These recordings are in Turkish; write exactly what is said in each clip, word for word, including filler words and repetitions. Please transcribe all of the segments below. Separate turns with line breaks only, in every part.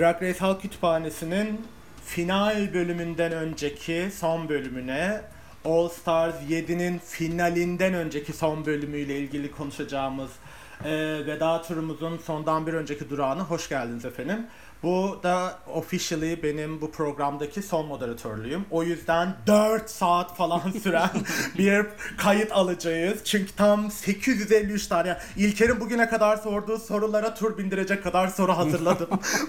Drag Race Halk Kütüphanesi'nin final bölümünden önceki son bölümüne, All Stars yedi'nin finalinden önceki son bölümüyle ilgili konuşacağımız e, veda turumuzun sondan bir önceki durağına hoş geldiniz efendim. Bu da officially benim bu programdaki son moderatörlüğüm. O yüzden dört saat falan süren bir kayıt alacağız. Çünkü tam sekiz yüz elli üç tane, yani İlker'in bugüne kadar sorduğu sorulara tur bindirecek kadar soru hazırladım.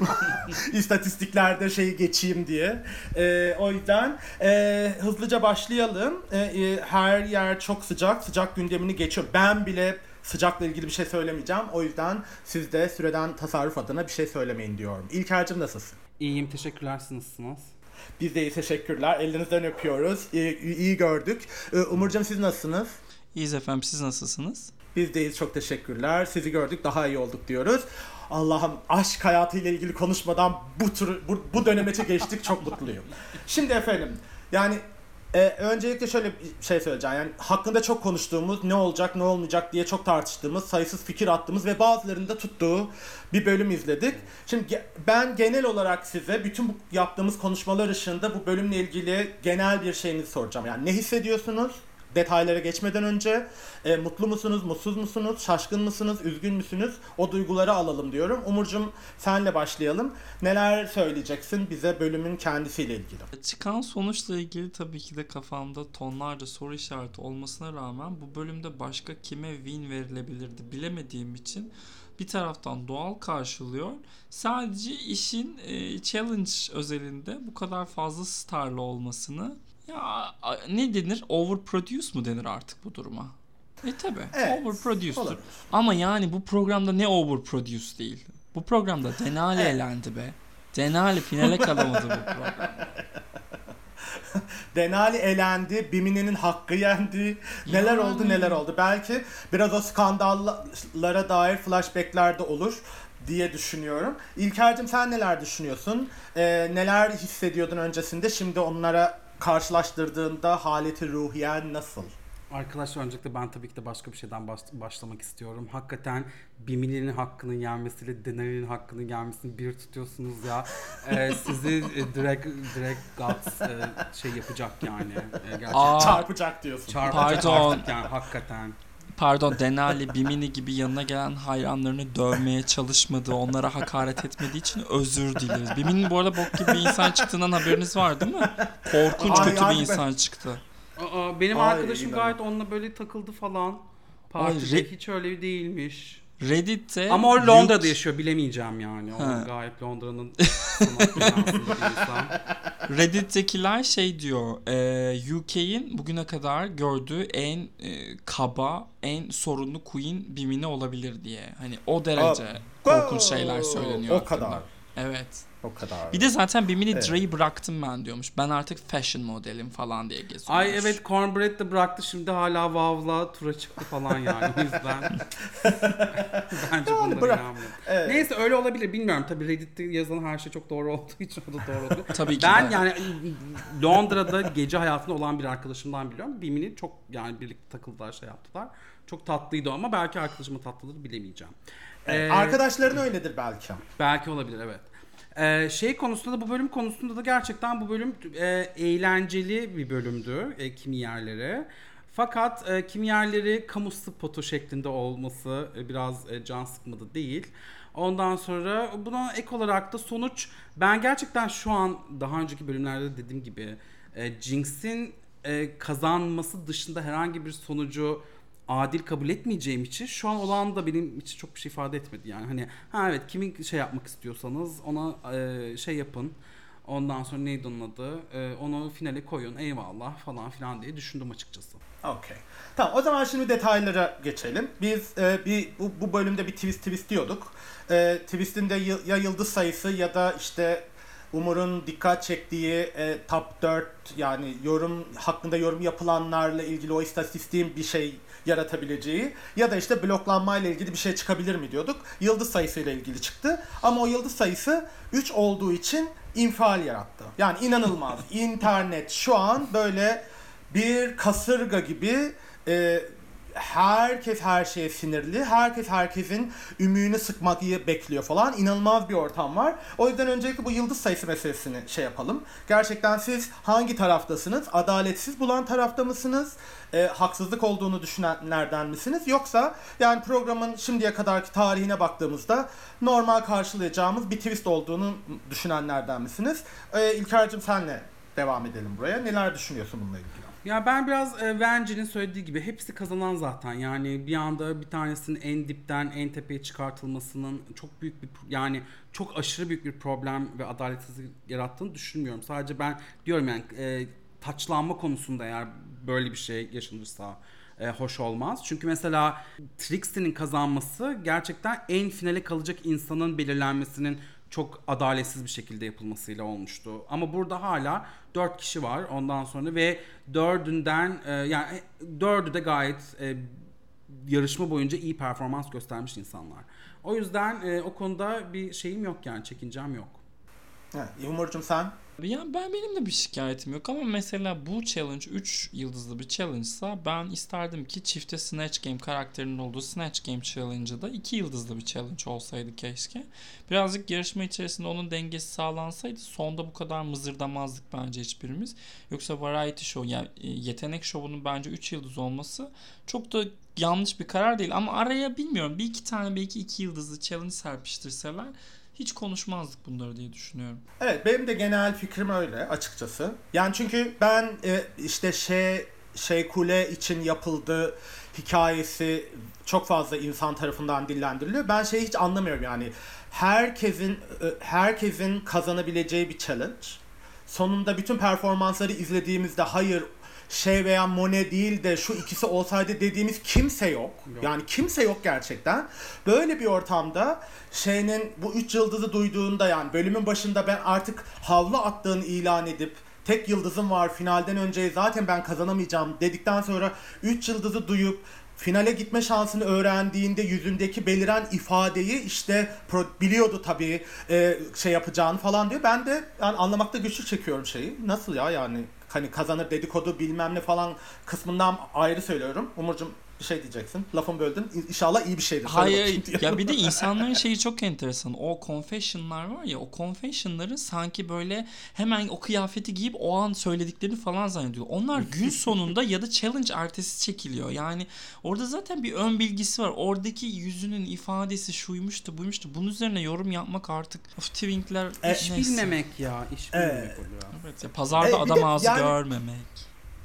İstatistiklerde şeyi geçeyim diye. Ee, o yüzden e, hızlıca başlayalım. E, e, her yer çok sıcak. Sıcak gündemini geçiyor. Ben bile sıcakla ilgili bir şey söylemeyeceğim. O yüzden siz de süreden tasarruf adına bir şey söylemeyin diyorum. İlker'cim nasılsın?
İyiyim, teşekkürler. Siz nasılsınız?
Biz de iyi, teşekkürler. Ellerinizden öpüyoruz. İyi, iyi gördük. Umurcuğum siz nasılsınız?
İyiyiz efendim, siz nasılsınız?
Biz de iyiyiz, çok teşekkürler. Sizi gördük, daha iyi olduk diyoruz. Allah'ım, aşk hayatıyla ilgili konuşmadan bu tur, bu, bu dönemece geçtik, çok mutluyum. Şimdi efendim, yani Ee, öncelikle şöyle bir şey söyleyeceğim. Yani hakkında çok konuştuğumuz, ne olacak ne olmayacak diye çok tartıştığımız, sayısız fikir attığımız ve bazılarının da tuttuğu bir bölüm izledik. Şimdi ge- ben genel olarak size bütün bu yaptığımız konuşmalar ışığında bu bölümle ilgili genel bir şeyinizi soracağım. Yani ne hissediyorsunuz? Detaylara geçmeden önce e, mutlu musunuz, mutsuz musunuz, şaşkın mısınız, üzgün müsünüz? O duyguları alalım diyorum. Umurcuğum, senle başlayalım. Neler söyleyeceksin bize bölümün kendisiyle ilgili?
Çıkan sonuçla ilgili tabii ki de kafamda tonlarca soru işareti olmasına rağmen bu bölümde başka kime win verilebilirdi bilemediğim için bir taraftan doğal karşılıyor. Sadece işin e, challenge özelinde bu kadar fazla starlı olmasını, ya ne denir? Overproduce mu denir artık bu duruma? E tabi.
Evet,
overproduce'dur. Ama yani bu programda ne overproduce değil. Bu programda Denali
evet.
elendi be. Denali finale kalamadı bu program.
Denali elendi, Bimine'nin hakkı yendi. Neler
Yani.
oldu neler oldu. Belki biraz o skandallara dair flashbackler de olur diye düşünüyorum. İlker'cim sen neler düşünüyorsun? Ee, neler hissediyordun öncesinde? Şimdi onlara karşılaştırdığında haleti ruhiyen nasıl?
Arkadaşlar, öncelikle ben tabii ki de başka bir şeyden baş, başlamak istiyorum. Hakikaten Bimine'nin hakkının yenmesiyle Denali'nin hakkının yenmesini bir tutuyorsunuz ya. Ee, sizi e, direkt direkt Guts e, şey yapacak yani. E, gerçekten.
Aa,
çarpacak diyorsun.
Çarpacak
pardon.
artık yani, hakikaten.
Pardon, Denali Bimini gibi yanına gelen hayranlarını dövmeye çalışmadığı, onlara hakaret etmediği için özür dileriz. Bimini'nin bu arada bok gibi bir insan çıktığından haberiniz var değil mi? Korkunç
Ay,
kötü
ay,
bir
ben-
insan çıktı.
Aa, benim
Ay,
arkadaşım
iyi
gayet onunla böyle takıldı falan. Partide
Ay, re-
hiç öyle değilmiş.
Reddit'te
Ama o Londra'da
U K
yaşıyor, bilemeyeceğim yani. O
Ha.
gayet Londra'nın sanat dünyasında bir insan.
Reddit'tekiler şey diyor, e, U K'in bugüne kadar gördüğü en e, kaba, en sorunlu queen Bimini olabilir diye. Hani o derece korkunç şeyler söyleniyor.
O
hakkında.
kadar.
Evet.
O kadar.
Bir de zaten Bimini
Evet.
Dre'yi bıraktım ben diyormuş. Ben artık fashion modelim falan diye geziyormuş.
Ay evet, Cornbread de bıraktı, şimdi hala Wow'la tura çıktı falan yani, o yüzden. Bence
Yani
bunlara
bırak.
inanmıyorum.
Evet.
Neyse, öyle olabilir, bilmiyorum. Tabii Reddit'te yazan her şey çok doğru olduğu için o da doğru oluyor.
Tabii ki
Ben
de.
yani Londra'da gece hayatında olan bir arkadaşımdan biliyorum. Bimini çok, yani birlikte takıldılar, şey yaptılar. Çok tatlıydı o, ama belki arkadaşımın tatlılığını bilemeyeceğim.
Evet,
Ee,
arkadaşların öyledir belki.
Belki olabilir, evet. Ee, şey konusunda da, bu bölüm konusunda da gerçekten bu bölüm e, eğlenceli bir bölümdü e, kimi yerlere. Fakat e, kimi yerleri kamu spotu şeklinde olması e, biraz e, can sıkmadı değil. Ondan sonra buna ek olarak da sonuç, ben gerçekten şu an daha önceki bölümlerde de dediğim gibi e, Jinx'in e, kazanması dışında herhangi bir sonucu adil kabul etmeyeceğim için şu an olan da benim için çok bir şey ifade etmedi. Yani hani ha evet, kimin şey yapmak istiyorsanız ona e, şey yapın. Ondan sonra neydi onun adı? E, onu finale koyun, eyvallah falan filan diye düşündüm açıkçası.
Okey. Tamam, o zaman şimdi detaylara geçelim. Biz e, bir bu, bu bölümde bir twist twist diyorduk. E, twist'in de y- ya yıldız sayısı ya da işte Umur'un dikkat çektiği e, top dört, yani yorum hakkında yorum yapılanlarla ilgili o istatistiğin bir şey yaratabileceği ya da işte bloklanmayla ilgili bir şey çıkabilir mi diyorduk. Yıldız sayısıyla ilgili çıktı. Ama o yıldız sayısı üç olduğu için infial yarattı. Yani inanılmaz. İnternet şu an böyle bir kasırga gibi e, herkes her şeye sinirli. Herkes herkesin ümüğünü sıkmayı bekliyor falan. İnanılmaz bir ortam var. O yüzden öncelikle bu yıldız sayısı meselesini şey yapalım. Gerçekten siz hangi taraftasınız? Adaletsiz bulan tarafta mısınız? E, haksızlık olduğunu düşünenlerden misiniz? Yoksa yani programın şimdiye kadarki tarihine baktığımızda normal karşılayacağımız bir twist olduğunu düşünenlerden misiniz? E, İlker'cim senle devam edelim buraya. Neler düşünüyorsun bununla ilgili?
Ya ben biraz e, Venci'nin söylediği gibi hepsi kazanan zaten. Yani bir anda bir tanesinin en dipten en tepeye çıkartılmasının çok büyük bir yani çok aşırı büyük bir problem ve adaletsizlik yarattığını düşünmüyorum. Sadece ben diyorum yani e, taçlanma konusunda eğer böyle bir şey yaşanırsa e, hoş olmaz. Çünkü mesela Trixie'nin kazanması gerçekten en finale kalacak insanın belirlenmesinin çok adaletsiz bir şekilde yapılmasıyla olmuştu. Ama burada hala dört kişi var ondan sonra ve dördünden e, yani dördü de gayet e, yarışma boyunca iyi performans göstermiş insanlar. O yüzden e, o konuda bir şeyim yok yani çekincem yok.
Evet, Umurcuğum sen?
Ya ben benim de bir şikayetim yok ama mesela bu challenge üç yıldızlı bir challenge'sa ben isterdim ki çifte Snatch Game karakterinin olduğu Snatch Game Challenge'da da iki yıldızlı bir challenge olsaydı keşke. Birazcık yarışma içerisinde onun dengesi sağlansaydı sonda bu kadar mızırdamazdık bence hiçbirimiz. Yoksa variety show yani yetenek şovunun bence üç yıldız olması çok da yanlış bir karar değil ama araya bilmiyorum bir iki tane belki iki yıldızlı challenge serpiştirseler hiç konuşmazdık bunları diye düşünüyorum.
Evet, benim de genel fikrim öyle açıkçası. Yani çünkü ben e, işte şey şey kule için yapıldığı hikayesi çok fazla insan tarafından dillendiriliyor. Ben şeyi hiç anlamıyorum yani. Herkesin e, herkesin kazanabileceği bir challenge. Sonunda bütün performansları izlediğimizde hayır şey veya Monet değil de şu ikisi olsaydı dediğimiz kimse yok. yok. Yani kimse yok gerçekten. Böyle bir ortamda şeyinin bu üç yıldızı duyduğunda yani bölümün başında ben artık havlu attığını ilan edip tek yıldızım var finalden önce zaten ben kazanamayacağım dedikten sonra üç yıldızı duyup finale gitme şansını öğrendiğinde yüzündeki beliren ifadeyi işte pro, biliyordu tabii e, şey yapacağını falan diyor. Ben de yani anlamakta güçlük çekiyorum şeyi. Nasıl ya yani hani kazanır dedikodu bilmem ne falan kısmından ayrı söylüyorum. Umurcuğum bir şey diyeceksin. Lafımı böldün. İnşallah iyi bir şeydir.
Hayır ya bir de insanların şeyi çok enteresan. O confession'lar var ya o confession'ları sanki böyle hemen o kıyafeti giyip o an söylediklerini falan zannediyor. Onlar gün sonunda ya da challenge ertesi çekiliyor. Yani orada zaten bir ön bilgisi var. Oradaki yüzünün ifadesi şuymuştu buymuştu. Bunun üzerine yorum yapmak artık of twinkler
E, iş neyse. bilmemek ya. İş bilmemek
evet.
oluyor.
Evet ya pazarda e, adam ağzı yani... görmemek.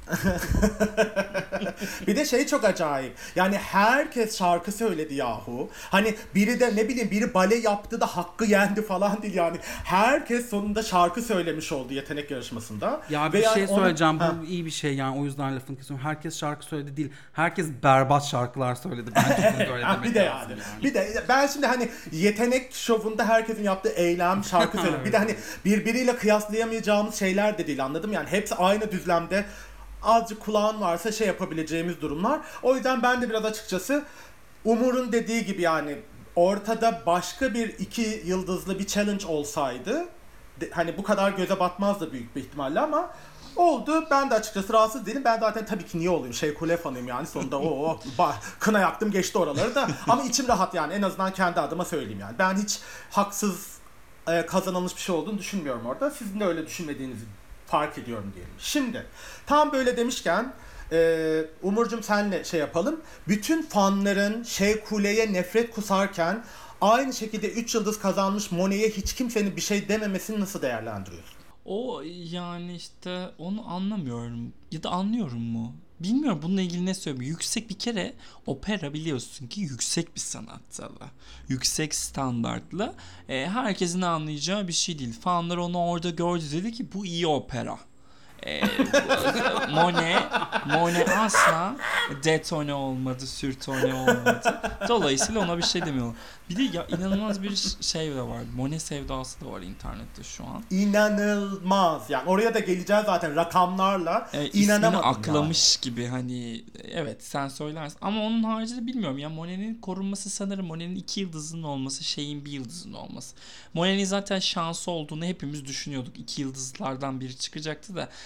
Bir de şey çok acayip. Yani herkes şarkı söyledi yahu. Hani biri de ne bileyim biri bale yaptı da hakkı yendi falan değil yani. Herkes sonunda şarkı söylemiş oldu yetenek yarışmasında.
Ya bir
Ve
şey
yani
söyleyeceğim.
Onu...
Bu iyi bir şey yani o yüzden lafını kesiyorum. Herkes şarkı söyledi değil. Herkes berbat şarkılar söyledi. Bence bunu böyle demek
bir de yani. yani. Bir de ben şimdi hani yetenek şovunda herkesin yaptığı eylem şarkı söylüyorum. Bir de hani birbiriyle kıyaslayamayacağımız şeyler de değil anladım yani. Hepsi aynı düzlemde azıcık kulağın varsa şey yapabileceğimiz durumlar. O yüzden ben de biraz açıkçası Umur'un dediği gibi yani ortada başka bir iki yıldızlı bir challenge olsaydı de, hani bu kadar göze batmazdı büyük bir ihtimalle ama oldu. Ben de açıkçası rahatsız değilim. Ben zaten tabii ki niye olayım? Şey Kule fanıyım yani. Sonunda o kına yaktım geçti oraları da. Ama içim rahat yani. En azından kendi adıma söyleyeyim yani. Ben hiç haksız e, kazanılmış bir şey olduğunu düşünmüyorum orada. Sizin de öyle düşünmediğinizi fark ediyorum diyelim. Şimdi tam böyle demişken e, Umurcuğum senle şey yapalım. Bütün fanların şey Kule'ye nefret kusarken aynı şekilde üç yıldız kazanmış Monet'e hiç kimsenin bir şey dememesini nasıl değerlendiriyorsun?
O yani işte onu anlamıyorum ya da anlıyorum mu? Bilmiyorum bununla ilgili ne söyleyeyim. Yüksek bir kere opera biliyorsun ki yüksek bir sanat dalı. Yüksek standartlı. E, herkesin anlayacağı bir şey değil. Fanlar onu orada gördü dedi ki bu iyi opera. E, Monet, Monet asla detone olmadı, sürtone olmadı. Dolayısıyla ona bir şey demiyorlar. Bir de ya inanılmaz bir şey de var. Monet sevdası da var internette şu an.
İnanılmaz. Yani oraya da geleceğiz zaten rakamlarla.
E,
İnanamadım
aklamış
yani.
gibi hani evet sen söylersin. Ama onun haricinde bilmiyorum ya Monet'in korunması sanırım Monet'in iki yıldızının olması şeyin bir yıldızının olması. Monet'in zaten şansı olduğunu hepimiz düşünüyorduk. İki yıldızlardan biri çıkacaktı da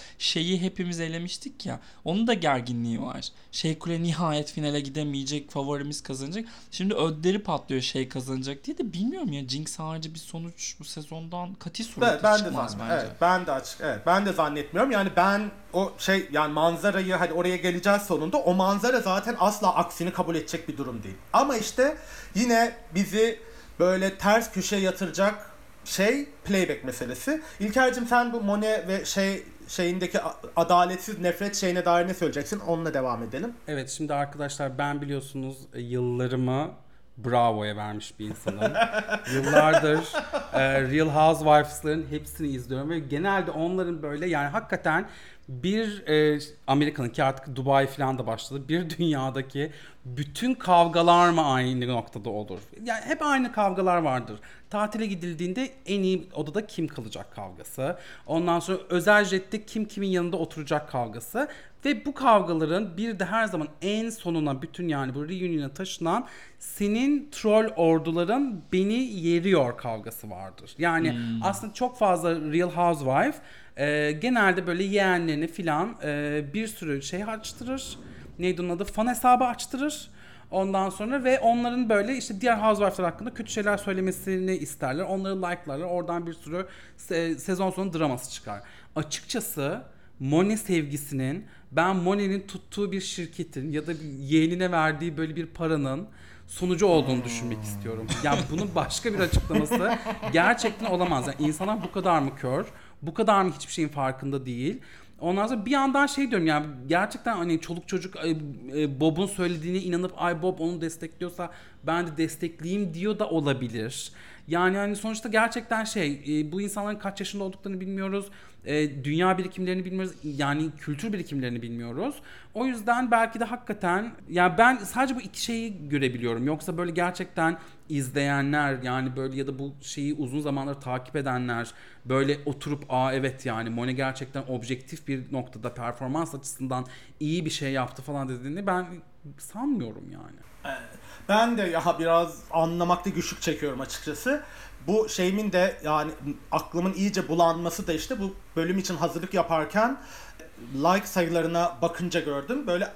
şeyi hepimiz elemiştik ya. Onun da gerginliği var. Şeykule nihayet finale gidemeyecek, favorimiz kazanacak. Şimdi ödleri patlıyor şey kazanacak diye de bilmiyorum ya. Jinx harici bir sonuç bu sezondan kati sureti
Evet, ben de
çıkmaz
zannet-
bence.
Evet, ben de açık. Evet, ben de zannetmiyorum. Yani ben o şey yani manzarayı hadi oraya geleceğiz sonunda. O manzara zaten asla aksini kabul edecek bir durum değil. Ama işte yine bizi böyle ters köşeye yatıracak şey playback meselesi. İlker'cim sen bu Monet ve şey şeyindeki a- adaletsiz nefret şeyine dair ne söyleyeceksin? Onunla devam edelim.
Evet, şimdi arkadaşlar ben biliyorsunuz e, yıllarımı Bravo'ya vermiş bir insanım. Yıllardır e, Real Housewives'ların hepsini izliyorum ve genelde onların böyle yani hakikaten bir e, Amerika'nın ki artık Dubai falan da başladı. Bir dünyadaki bütün kavgalar mı aynı noktada olur? Yani hep aynı kavgalar vardır. Tatile gidildiğinde en iyi odada kim kalacak kavgası. Ondan sonra özel jette kim kimin yanında oturacak kavgası. Ve bu kavgaların bir de her zaman en sonuna bütün yani bu reunion'a taşınan senin troll orduların beni yeriyor kavgası vardır. Yani
Hmm.
aslında çok fazla Real Housewife e, genelde böyle yeğenlerini filan e, bir sürü şey açtırır. Neydi onun adı? Fan hesabı açtırır. Ondan sonra ve onların böyle işte diğer housewife'lar hakkında kötü şeyler söylemesini isterler. Onları like'larlar. Oradan bir sürü se- sezon sonu draması çıkar. Açıkçası Monet sevgisinin ben Monet'in tuttuğu bir şirketin ya da bir yeğenine verdiği böyle bir paranın sonucu olduğunu düşünmek istiyorum. Yani bunun başka bir açıklaması gerçekten olamaz. Yani insanlar bu kadar mı kör? Bu kadar mı hiçbir şeyin farkında değil? Ondan sonra bir yandan şey diyorum yani gerçekten hani çoluk çocuk e, e, Bob'un söylediğine inanıp ay Bob onu destekliyorsa ben de destekleyeyim diyor da olabilir. Yani hani sonuçta gerçekten şey e, bu insanların kaç yaşında olduklarını bilmiyoruz. E, dünya birikimlerini bilmiyoruz. Yani kültür birikimlerini bilmiyoruz. O yüzden belki de hakikaten yani ben sadece bu iki şeyi görebiliyorum. Yoksa böyle gerçekten izleyenler yani böyle ya da bu şeyi uzun zamandır takip edenler böyle oturup aa evet yani Monet gerçekten objektif bir noktada performans açısından iyi bir şey yaptı falan dediğini ben sanmıyorum yani.
Ben de ya biraz anlamakta güçlük çekiyorum açıkçası. Bu şeyimin de yani aklımın iyice bulanması da işte bu bölüm için hazırlık yaparken like sayılarına bakınca gördüm. Böyle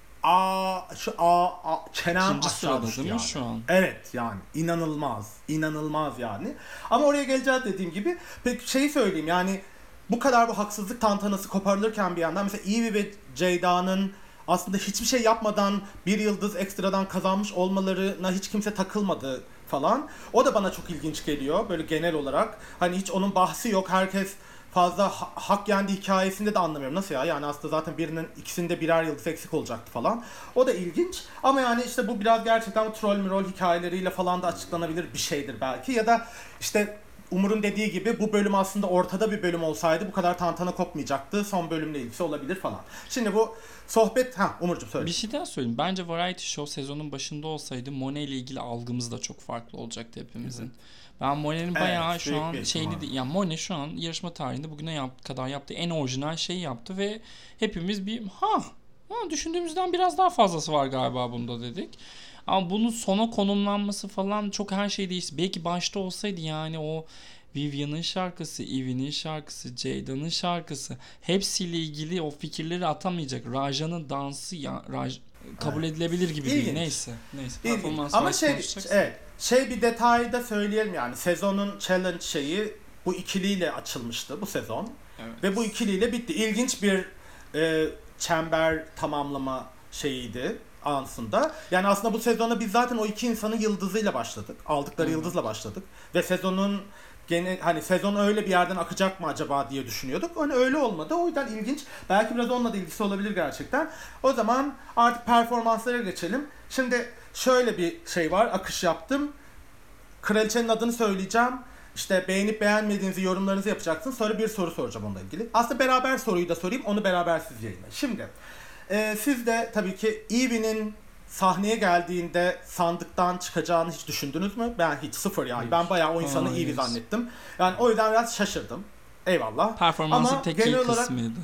aa şu aa, aa çenem
İkinci
aşağı
sırada
düştü
değil mi
yani.
şu an?
Evet yani inanılmaz. İnanılmaz yani. Ama oraya geleceğiz dediğim gibi. Peki şeyi söyleyeyim yani bu kadar bu haksızlık tantanası koparılırken bir yandan mesela Evie ve Jada'nın aslında hiçbir şey yapmadan bir yıldız ekstradan kazanmış olmalarına hiç kimse takılmadı falan. O da bana çok ilginç geliyor böyle genel olarak. Hani hiç onun bahsi yok. Herkes fazla ha- hak yendi hikayesinde de anlamıyorum. Nasıl ya? Yani aslında zaten birinin ikisinde birer yıldız eksik olacaktı falan. O da ilginç. Ama yani işte bu biraz gerçekten bu troll mirol hikayeleriyle falan da açıklanabilir bir şeydir belki. Ya da işte Umur'un dediği gibi bu bölüm aslında ortada bir bölüm olsaydı bu kadar tantana kopmayacaktı. Son bölümle ilgisi olabilir falan. Şimdi bu sohbet... Ha Umur'cum söyle.
Bir şey daha söyleyeyim. Bence Variety Show sezonun başında olsaydı Monet ile ilgili algımız da çok farklı olacaktı hepimizin. Ben Monet'in bayağı
Evet,
şu
büyük
an
bir
şeyini...
ihtimal.
Yani Monet şu an yarışma tarihinde bugüne yap, kadar yaptığı en orijinal şeyi yaptı ve hepimiz bir ha, ha düşündüğümüzden biraz daha fazlası var galiba bunda dedik. Ama bunun sona konumlanması falan çok her şey değişti. Belki başta olsaydı yani o Vivian'ın şarkısı, Evie'nin şarkısı, Jada'nın şarkısı hepsiyle ilgili o fikirleri atamayacak. Raja'nın dansı ya Raj kabul edilebilir gibi değil.
İlginç.
Neyse. Neyse.
İlginç.
Performans
Ama
olarak
şey,
konuşacağız.
evet, şey bir detayı da söyleyelim yani sezonun challenge şeyi bu ikiliyle açılmıştı bu sezon
Evet.
ve bu ikiliyle bitti. İlginç bir e, çember tamamlama şeyiydi ansında. Yani aslında bu sezona biz zaten o iki insanın yıldızıyla başladık. Aldıkları
Evet.
yıldızla başladık ve sezonun gene hani sezon öyle bir yerden akacak mı acaba diye düşünüyorduk. Hani öyle olmadı. O yüzden ilginç. Belki biraz onunla da ilgisi olabilir gerçekten. O zaman artık performanslara geçelim. Şimdi şöyle bir şey var. Akış yaptım. Kraliçenin adını söyleyeceğim. İşte beğenip beğenmediğinizi yorumlarınızı yapacaksınız. Sonra bir soru soracağım onunla ilgili. Aslında beraber soruyu da sorayım. Onu beraber siz yayınlayın. Şimdi e, siz de tabii ki Evie'nin sahneye geldiğinde sandıktan çıkacağını hiç düşündünüz mü? Ben hiç sıfır yani.
Hayır.
Ben bayağı o insanı
Hayır.
Evie zannettim. Yani o yüzden biraz şaşırdım. Eyvallah.
Performansın
Ama
tek
genel
iyi
olarak-
kısmıydı.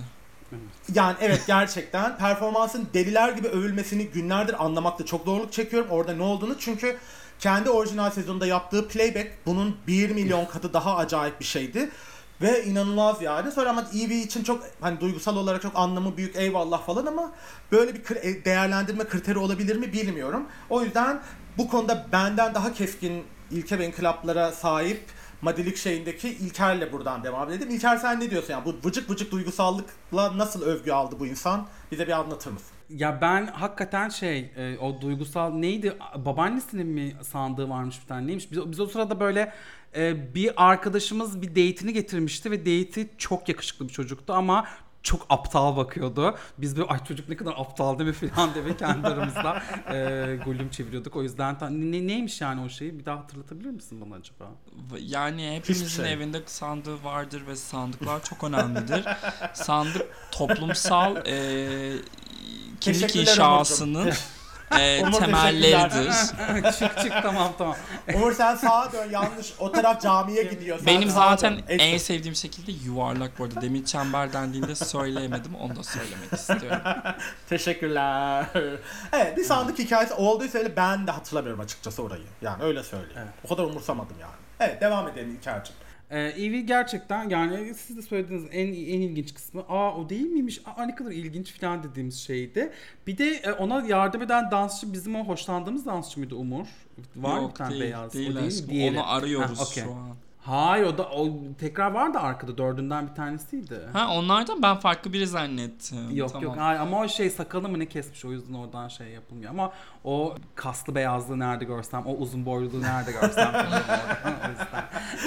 Yani evet gerçekten performansın deliler gibi övülmesini günlerdir anlamakta çok zorluk çekiyorum. Orada ne olduğunu çünkü kendi orijinal sezonunda yaptığı playback bunun bir milyon katı daha acayip bir şeydi. Ve inanılmaz yani. Sonra ama Evie için çok hani duygusal olarak çok anlamı büyük, eyvallah falan, ama böyle bir kri- değerlendirme kriteri olabilir mi bilmiyorum. O yüzden bu konuda benden daha keskin ilke ve inkılaplara sahip Madilik şeyindeki İlker'le buradan devam edelim. İlker, sen ne diyorsun? Yani bu vıcık vıcık duygusallıkla nasıl övgü aldı bu insan? Bize bir anlatır mısın?
Ya ben hakikaten şey e, o duygusal neydi, babaannesinin mi sandığı varmış bir tane, neymiş, biz, biz o sırada böyle e, bir arkadaşımız bir date'ini getirmişti ve date'i çok yakışıklı bir çocuktu ama çok aptal bakıyordu. Biz böyle ay çocuk ne kadar aptal değil mi falan diye kendi aramızda e, gülüm çeviriyorduk. O yüzden ne, neymiş yani o şeyi bir daha hatırlatabilir misin bana acaba?
Yani hepimizin
şey.
evinde sandığı vardır ve sandıklar çok önemlidir. Sandık toplumsal e, kimlik
Teşekkürler
inşasının e,
Umur,
temelleridir.
çık çık tamam tamam.
Umur, sen sağa dön, yanlış. O taraf camiye gidiyor. Sen
Benim
sağa
zaten
dön.
en
Eski-
sevdiğim şekilde yuvarlak bu arada. Demin çember dendiğinde söyleyemedim. Onu da söylemek istiyorum.
Teşekkürler. Evet, bir sandık hikayesi olduysa öyle, ben de hatırlamıyorum açıkçası orayı. Yani öyle söyleyeyim.
Evet.
O kadar umursamadım yani. Evet, devam edelim İlker'cim.
Ee, Evie gerçekten yani siz de söylediğiniz en en ilginç kısmı, aa o değil miymiş, aa ne kadar ilginç falan dediğimiz şeydi. Bir de e, ona yardım eden dansçı bizim o hoşlandığımız dansçı mıydı Umur? Var mı bir
Yok
tane
değil,
beyaz?
değil,
o değil
aşkım.
mi? Diğeri.
Onu arıyoruz
Ha, okey.
şu an.
Hayır, o da o tekrar vardı arkada, dördünden bir tanesiydi.
Ha, onlardan ben farklı biri zannettim.
Yok
Tamam.
yok hayır, ama o şey sakalı mı ne kesmiş, o yüzden oradan şey yapılmıyor, ama o kaslı beyazlığı nerede görsem, o uzun boyluluğu nerede görsem o yüzden.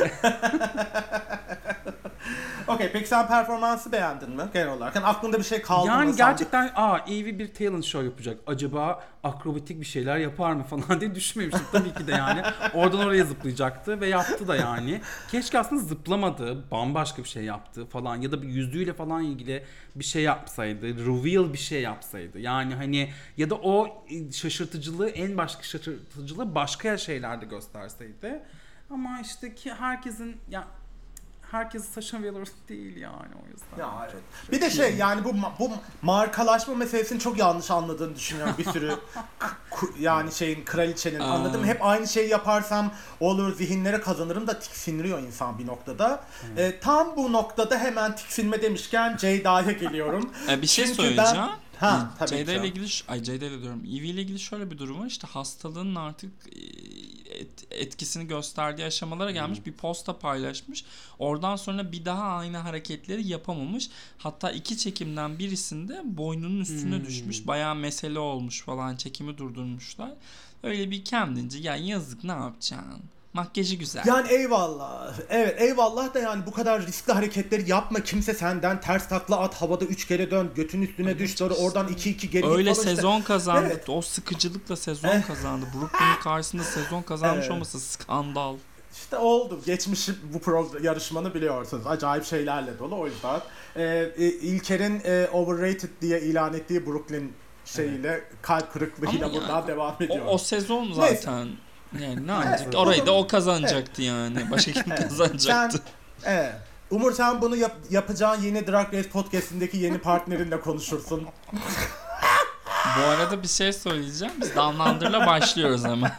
Okey, peki sen performansı beğendin mi genel olarak? Yani aklında bir şey kaldı mı?
Yani
Sandık-
gerçekten aa Evie bir talent show yapacak, acaba akrobatik bir şeyler yapar mı falan diye düşünmemiştim tabii ki de yani. Oradan oraya zıplayacaktı ve yaptı da yani. Keşke aslında zıplamadı, bambaşka bir şey yaptı falan, ya da bir yüzüğüyle falan ilgili bir şey yapsaydı, reveal bir şey yapsaydı. Yani hani ya da o şaşırtıcılığı, en başka şaşırtıcılığı başka şeylerde gösterseydi. Ama işte ki herkesin ya herkes Sasha Velour değil yani, o yüzden.
Ya evet. Bir de şey yani bu ma- bu markalaşma meselesini çok yanlış anladığını düşünüyorum bir sürü ku- yani şeyin, kraliçenin,
Aa.
anladım mı? Hep aynı şeyi yaparsam olur, zihinlere kazanırım da tiksiniriyor insan bir noktada. Ee, tam bu noktada hemen tiksinme demişken Ceyda'ya geliyorum.
E, bir şey
Çünkü
söyleyeceğim.
ben- Ha, tabii
Ceyda
ki.
ile ilgili, ay Ceyda ile diyorum. Evie ile ilgili şöyle bir durum var. İşte hastalığın artık et- etkisini gösterdiği aşamalara gelmiş. Bir posta paylaşmış. Oradan sonra bir daha aynı hareketleri yapamamış. Hatta iki çekimden birisinde boynunun üstüne
Hmm.
düşmüş. Bayağı mesele olmuş falan. Çekimi durdurmuşlar. Öyle bir kendince ya yazık, ne yapacaksın? Makyajı güzel.
Yani eyvallah. Evet, eyvallah da yani bu kadar riskli hareketleri yapma. Kimse senden ters takla at, havada üç kere dön, götün üstüne düş, sonra oradan iki iki geri git
Öyle
falan işte.
sezon kazandı.
Evet.
O sıkıcılıkla sezon
Eh.
kazandı. Brooklyn'in karşısında sezon kazanmış
Evet.
olması skandal.
İşte oldu. Geçmişi bu program yarışmanı biliyorsunuz. Acayip şeylerle dolu, o yüzden. Ee, İlker'in e, overrated diye ilan ettiği Brooklyn şeyiyle, kalp kırıklığıyla
Ama
buradan
yani,
devam
O,
ediyor.
o sezon zaten yani ne yapacak?
Evet.
Orayı da o kazanacaktı yani. Başka kim
Evet.
kazanacaktı?
Sen, evet. Umur, sen bunu yap, yapacağın yeni Drag Race podcast'indeki yeni partnerinle konuşursun.
Bu arada bir şey söyleyeceğim. Biz Damlandır'la başlıyoruz hemen.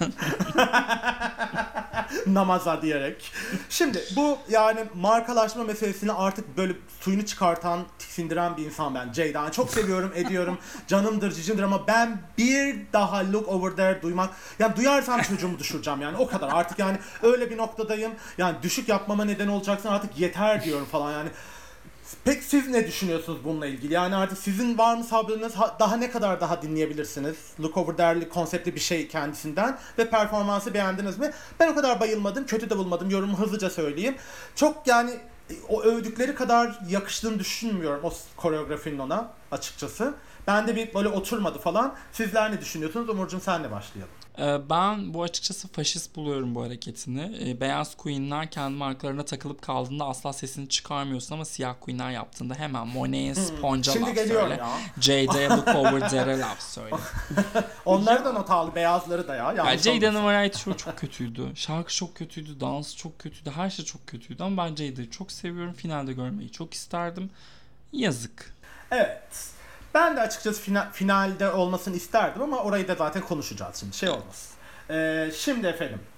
Namaza diyerek. Şimdi bu yani markalaşma meselesini artık böyle suyunu çıkartan, tiksindiren bir insan ben. Ceyda'yı çok seviyorum, ediyorum. Canımdır, cicimdir ama ben bir daha look over there duymak, yani duyarsam çocuğumu düşüreceğim yani, o kadar. Artık yani öyle bir noktadayım. Yani düşük yapmama neden olacaksın, artık yeter diyorum falan yani. Peki siz ne düşünüyorsunuz bununla ilgili? Yani artık sizin var mı sabrınız? Ha- Daha ne kadar daha dinleyebilirsiniz? Look Over There'li konseptli bir şey kendisinden ve performansı beğendiniz mi? Ben o kadar bayılmadım, kötü de bulmadım. Yorumu hızlıca söyleyeyim. Çok yani o övdükleri kadar yakıştığını düşünmüyorum o koreografinin ona açıkçası. Bende bir böyle oturmadı falan. Sizler ne düşünüyorsunuz? Umurcuğum, senle başlayalım.
Ee, Ben bu açıkçası faşist buluyorum bu hareketini. Ee, Beyaz queenler kendi markalarına takılıp kaldığında asla sesini çıkarmıyorsun ama siyah queenler yaptığında hemen Monet'e sponge'a
Şimdi
laf
geliyorum
söyle.
ya.
Jada'ya look over there'e laf söyle.
Onları da not aldı, beyazları da ya.
Yani
Yanlış
Jada'nın
olmasın.
variety show çok kötüydü. Şarkı çok kötüydü, dans çok kötüydü, her şey çok kötüydü ama ben Jada'yı çok seviyorum. Finalde görmeyi çok isterdim. Yazık.
Evet. Ben de açıkçası fina- finalde olmasını isterdim ama orayı da zaten konuşacağız şimdi. Şey olmaz. Ee, şimdi efendim.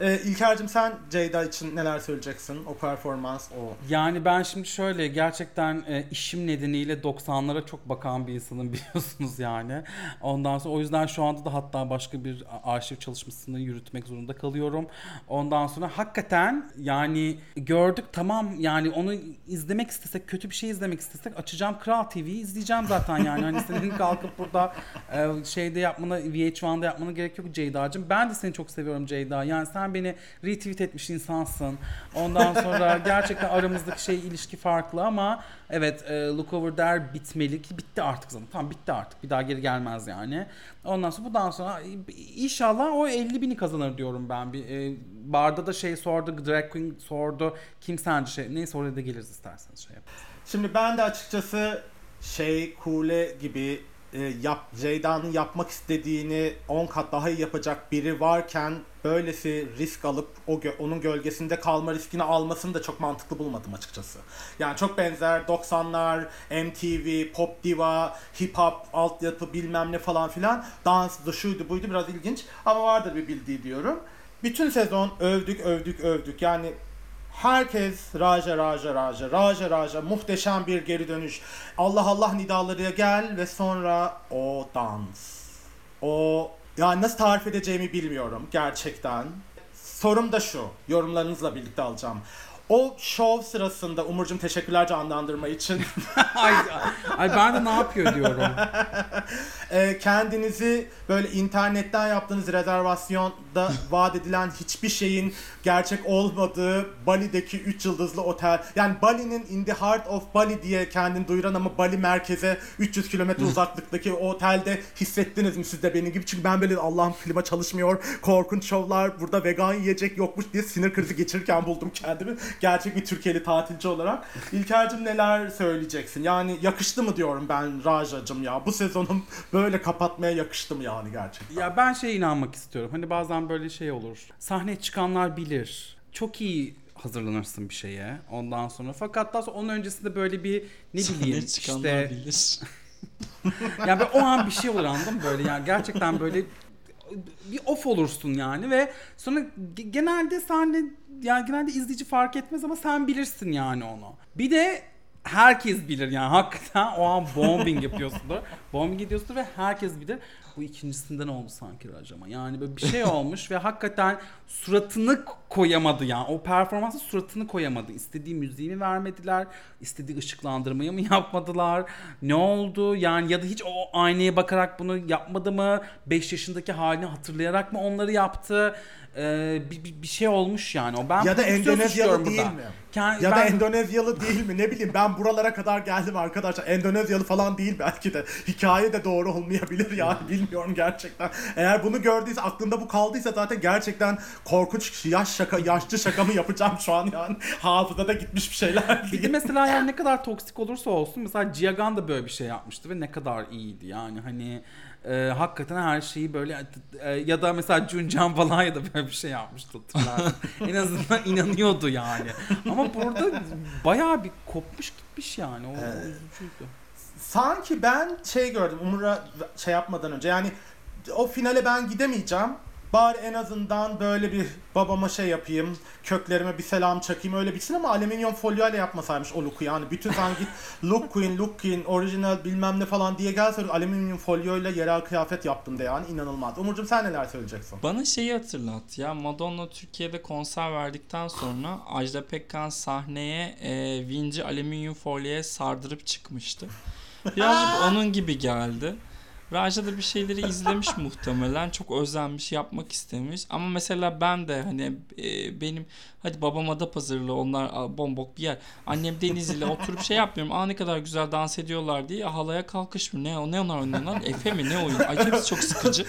Ee, İlker'cim sen Ceyda için neler söyleyeceksin? O performans, o...
Yani ben şimdi şöyle gerçekten e, işim nedeniyle doksanlara çok bakan bir insanım biliyorsunuz yani. Ondan sonra o yüzden şu anda da hatta başka bir arşiv çalışmasını yürütmek zorunda kalıyorum. Ondan sonra hakikaten yani gördük tamam yani onu izlemek istesek, kötü bir şey izlemek istesek açacağım Kral T V'yi izleyeceğim zaten yani. Hani senin kalkıp burada e, şeyde yapmana, V H bir'de yapmana gerek yok Ceyda'cığım. Ben de seni çok seviyorum Ceyda. Yani sen beni retweet etmiş insansın. Ondan sonra gerçekten aramızdaki şey ilişki farklı ama evet e, Look Over There bitmeli ki bitti artık zaten. Tamam bitti artık. Bir daha geri gelmez yani. Ondan sonra bundan sonra inşallah o elli bini kazanır diyorum ben. Bir e, barda da şey sordu, Drag Queen sordu. Kim sence şey? Neyse oraya da geliriz isterseniz şey yaparız.
Şimdi ben de açıkçası şey Kule gibi e, yap, Ceyda'nın yapmak istediğini on kat daha iyi yapacak biri varken böylesi risk alıp o gö- onun gölgesinde kalma riskini almasını da çok mantıklı bulmadım açıkçası. Yani çok benzer doksanlar, M T V, pop diva, hip hop, altyapı bilmem ne falan filan. Dansdı, şuydu buydu biraz ilginç ama vardır bir bildiği diyorum. Bütün sezon övdük övdük övdük yani herkes Raja Raja Raja Raja Raja muhteşem bir geri dönüş. Allah Allah nidalarıya gel ve sonra o dans. O yani nasıl tarif edeceğimi bilmiyorum gerçekten. Sorum da şu, yorumlarınızla birlikte alacağım. O şov sırasında Umurcuğum teşekkürler canlandırma için.
ay, ay ben de ne yapıyor diyorum.
e, kendinizi böyle internetten yaptığınız rezervasyonda vaat edilen hiçbir şeyin gerçek olmadığı Bali'deki üç yıldızlı otel. Yani Bali'nin in the heart of Bali diye kendini duyuran ama Bali merkeze üç yüz kilometre uzaklıktaki o otelde hissettiniz mi siz de benim gibi? Çünkü ben böyle Allah'ım klima çalışmıyor, korkunç şovlar, burada vegan yiyecek yokmuş diye sinir krizi geçirirken buldum kendimi. Gerçek bir Türkiye'li tatilci olarak. İlker'cim neler söyleyeceksin? Yani yakıştı mı diyorum ben Raja'cım ya. Bu sezonum böyle kapatmaya yakıştı mı yani gerçekten?
Ya ben şeye inanmak istiyorum. Hani bazen böyle şey olur. Sahneye çıkanlar bilir. Çok iyi hazırlanırsın bir şeye ondan sonra. Fakat daha sonra onun öncesinde böyle bir ne bileyim işte.
Bilir.
Yani böyle o an bir şey olur anladın mı böyle yani gerçekten böyle bir off olursun yani ve sonra genelde sahne yani genelde izleyici fark etmez ama sen bilirsin yani onu. Bir de herkes bilir yani hakikaten o an bombing yapıyorsundur. Bombing ediyorsundur ve herkes bilir. Bu ikincisinden oldu sanki Rajama. Yani böyle bir şey olmuş ve hakikaten suratını koyamadı yani. O performansı suratını koyamadı. İstediği müziği mi vermediler? İstediği ışıklandırmayı mı yapmadılar? Ne oldu? Yani ya da hiç o aynaya bakarak bunu yapmadı mı? beş yaşındaki halini hatırlayarak mı onları yaptı? Ee, bir, bir, bir şey olmuş yani. O ben
ya da Endonezyalı değil
burada.
mi?
Kend,
ya
ben...
da Endonezyalı değil mi? Ne bileyim ben buralara kadar geldim arkadaşlar. Endonezyalı falan değil belki de. Hikaye de doğru olmayabilir yani bilmiyorum gerçekten. Eğer bunu gördüyse aklında bu kaldıysa zaten gerçekten korkunç yaş şaka, yaşlı şaka mı yapacağım şu an yani. Hafızada gitmiş bir şeyler diye.
Bir de mesela yani ne kadar toksik olursa olsun mesela Ciagan da böyle bir şey yapmıştı ve ne kadar iyiydi yani hani e, hakikaten her şeyi böyle e, ya da mesela Cuncan falan ya da böyle bir şey yapmıştı hatırlarsın. En azından inanıyordu yani. Ama burada bayağı bir kopmuş gitmiş yani. O,
Evet.
o üzücüydü.
Sanki ben şey gördüm Umur'a şey yapmadan önce yani o finale ben gidemeyeceğim. Bari en azından böyle bir babama şey yapayım, köklerime bir selam çakayım öyle bitsin ama alüminyum folyoyla yapmasaymış o look'u yani. Bütün sanki look queen, look queen, orijinal bilmem ne falan diye gelse alüminyum folyoyla yerel kıyafet yaptım de yani inanılmaz. Umurcuğum sen neler söyleyeceksin?
Bana şeyi hatırlat ya Madonna Türkiye'de konser verdikten sonra Ajda Pekkan sahneye e, vinci alüminyum folyoya sardırıp çıkmıştı. Birazcık onun gibi geldi. Raja da bir şeyleri izlemiş muhtemelen. Çok özenmiş, yapmak istemiş. Ama mesela ben de hani e, benim hadi babam Adapazarılı onlar bombok bir yer. Annem Denizli'yle oturup şey yapmıyorum. Aa ne kadar güzel dans ediyorlar diye halaya kalkışmıyor. Ne, ne onlar oynuyorlar? Efe mi ne oyun? Ay hepsi çok sıkıcı.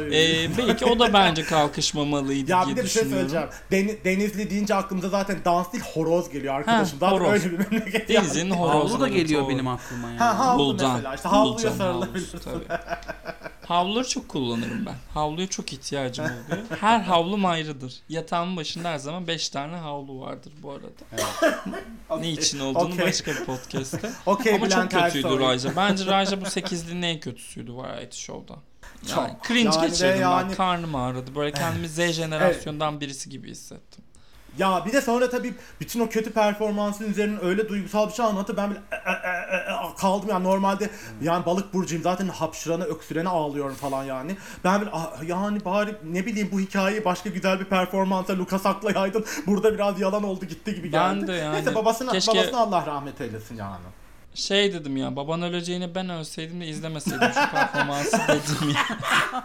E, belki o da bence kalkışmamalıydı
ya
diye
bir de bir şey
düşünüyorum.
söyleyeceğim. Den- Denizli deyince aklımıza zaten dans değil horoz geliyor arkadaşım.
Ha,
Zaten
horoz.
öyle bir memleket.
Denizli'nin
yani.
horozları.
Havlu da geliyor
doğru.
benim aklıma yani.
Ha havlu
Bulcan.
mesela işte havluya
Bulcan
sarılabilir.
havlusu, tabii. Havluları çok kullanırım ben. Havluya çok ihtiyacım oluyor. Her havlum ayrıdır. Yatağımın başında her zaman beş tane havlu vardır bu arada.
Evet.
Ne için olduğunu
Okay.
başka bir podcast'te.
Okay,
Ama çok
Bülent
kötüydü
Ersoy.
Raja. Bence Raja bu sekizlinin en kötüsüydü Variety Show'da. Yani
Çok.
cringe
Yani ve
geçirdim
yani-
ben. Karnım ağrıdı. Böyle kendimi Z jenerasyondan birisi gibi hissettim.
Ya bir de sonra tabii bütün o kötü performansın üzerine öyle duygusal bir şey anlattı. Ben bile e, e, e, e, kaldım yani normalde yani balık burcuyum zaten hapşırana öksürene ağlıyorum falan yani. Ben bile "Ah, yani bari ne bileyim bu hikayeyi başka güzel bir performansa Lucas Aklayaydın. Burada biraz yalan oldu gitti gibi geldi.
Ben de yani.
Neyse babasına,
Keşke-
babasına Allah rahmet eylesin yani.
Şey dedim ya, baban öleceğini ben ölseydim de izlemeseydim şu performansı dedim ya.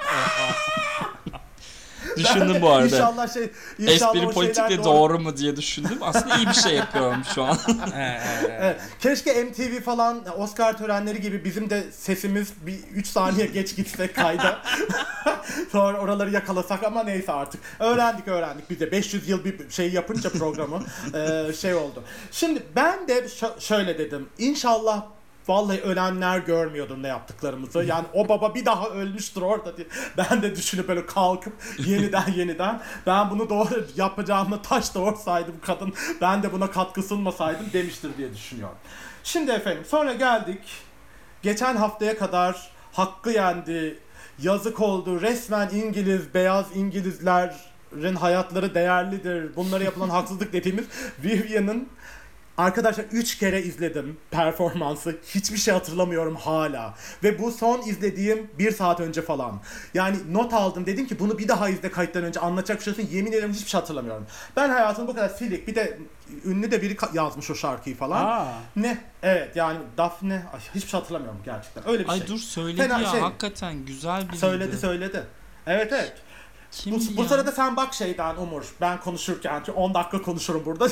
Düşündüm bu arada.
İnşallah şey inşallah
Espri
o
politikle
şeyler
doğru mu diye düşündüm. Aslında iyi bir şey yapıyorum şu an.
Evet, evet.
Evet. Keşke M T V falan Oscar törenleri gibi bizim de sesimiz bir üç saniye geç gitse kayda. Sonra oraları yakalasak ama neyse artık. Öğrendik öğrendik biz de beş yüz yıl bir şey yapınca programı e, şey oldu. Şimdi ben de ş- şöyle dedim. İnşallah vallahi ölenler görmüyordur ne yaptıklarımızı. Yani o baba bir daha ölmüştür orada diye. Ben de düşünüp böyle kalkıp yeniden yeniden ben bunu doğru yapacağımı taş doğursaydı bu kadın ben de buna katkı sunmasaydım demiştir diye düşünüyorum. Şimdi efendim sonra geldik. Geçen haftaya kadar hakkı yendi. Yazık oldu. Resmen İngiliz, beyaz İngilizlerin hayatları değerlidir. Bunlara yapılan haksızlık dediğimiz Vivian'ın arkadaşlar üç kere izledim performansı. Hiçbir şey hatırlamıyorum hala. Ve bu son izlediğim bir saat önce falan. Yani not aldım dedim ki bunu bir daha izle kayıttan önce anlatacak bir şey olsun. Yemin ederim hiçbir şey hatırlamıyorum. Ben hayatım bu kadar silik. Bir de ünlü de biri ka- yazmış o şarkıyı falan.
Aa.
Ne? Evet yani Daphne. Ay, hiçbir şey hatırlamıyorum gerçekten. Öyle bir
Ay
şey.
dur söyledi
Fena
ya,
şey.
hakikaten güzel bir
Söyledi söyledi. Evet evet.
Kimdi
Bu, bu
ya?
sırada sen bak şeyden Umur. Ben konuşurken çünkü on dakika konuşurum burada.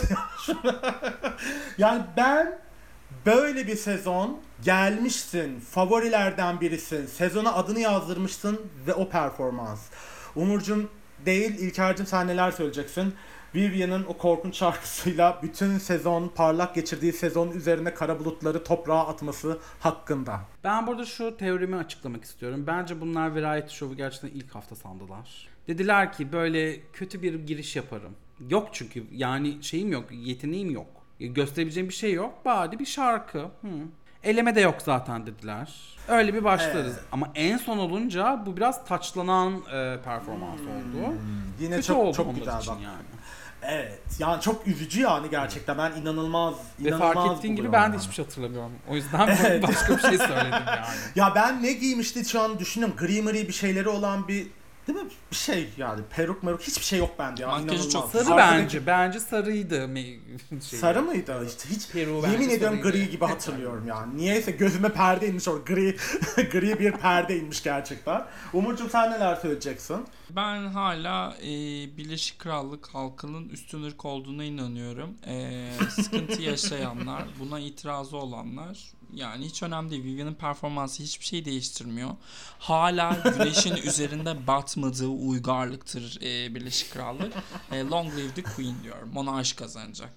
Yani ben böyle bir sezon gelmişsin. Favorilerden birisin. Sezona adını yazdırmışsın ve o performans. Umurcuğum değil İlker'cim sen neler söyleyeceksin? Vivian'ın o korkunç şarkısıyla bütün sezon parlak geçirdiği sezonun üzerine kara bulutları toprağa atması hakkında.
Ben burada şu teorimi açıklamak istiyorum. Bence bunlar Variety Show'u gerçekten ilk hafta sandılar. Dediler ki böyle kötü bir giriş yaparım. Yok çünkü yani şeyim yok, yeteneğim yok. Gösterebileceğim bir şey yok. Bari bir şarkı. Hı. Eleme de yok zaten dediler. Öyle bir başlarız.
Evet.
Ama en son olunca bu biraz taçlanan e, performans oldu.
Yine
Kötü
çok
oldu
çok
onlar
güzel
için
bak.
yani.
Evet. Yani çok üzücü yani gerçekten. Ben inanılmaz
Ve
inanılmaz
fark ettiğin gibi
buluyorum
ben de
yani.
hiçbir şey hatırlamıyorum. O yüzden böyle
Evet.
başka bir şey söyledim yani.
Ya ben ne giymişti şu an düşünüyorum. Gri mri bir şeyleri olan bir değil mi? Bir şey yani peruk meruk hiçbir şey yok bende ya.
Makyajı
İnanılmaz.
çok
Sarı
Arkadaki-
bence. Bence sarıydı. Me- şey.
Sarı mıydı? İşte hiç
Peruğu bence
yemin ediyorum
sarıydı.
gri gibi hatırlıyorum yani. Niyeyse gözüme perde inmiş orada. Gri gri bir perde inmiş gerçekten. Umurcuğum sen neler söyleyeceksin?
Ben hala e, Birleşik Krallık halkının üstün ırk olduğuna inanıyorum. E, sıkıntı yaşayanlar, buna itirazı olanlar yani hiç önemli değil. Vivian'ın performansı hiçbir şey değiştirmiyor. Hala güneşin üzerinde batmadığı uygarlıktır e, Birleşik Krallık. E, long live the Queen diyorum. Monarş kazanacak.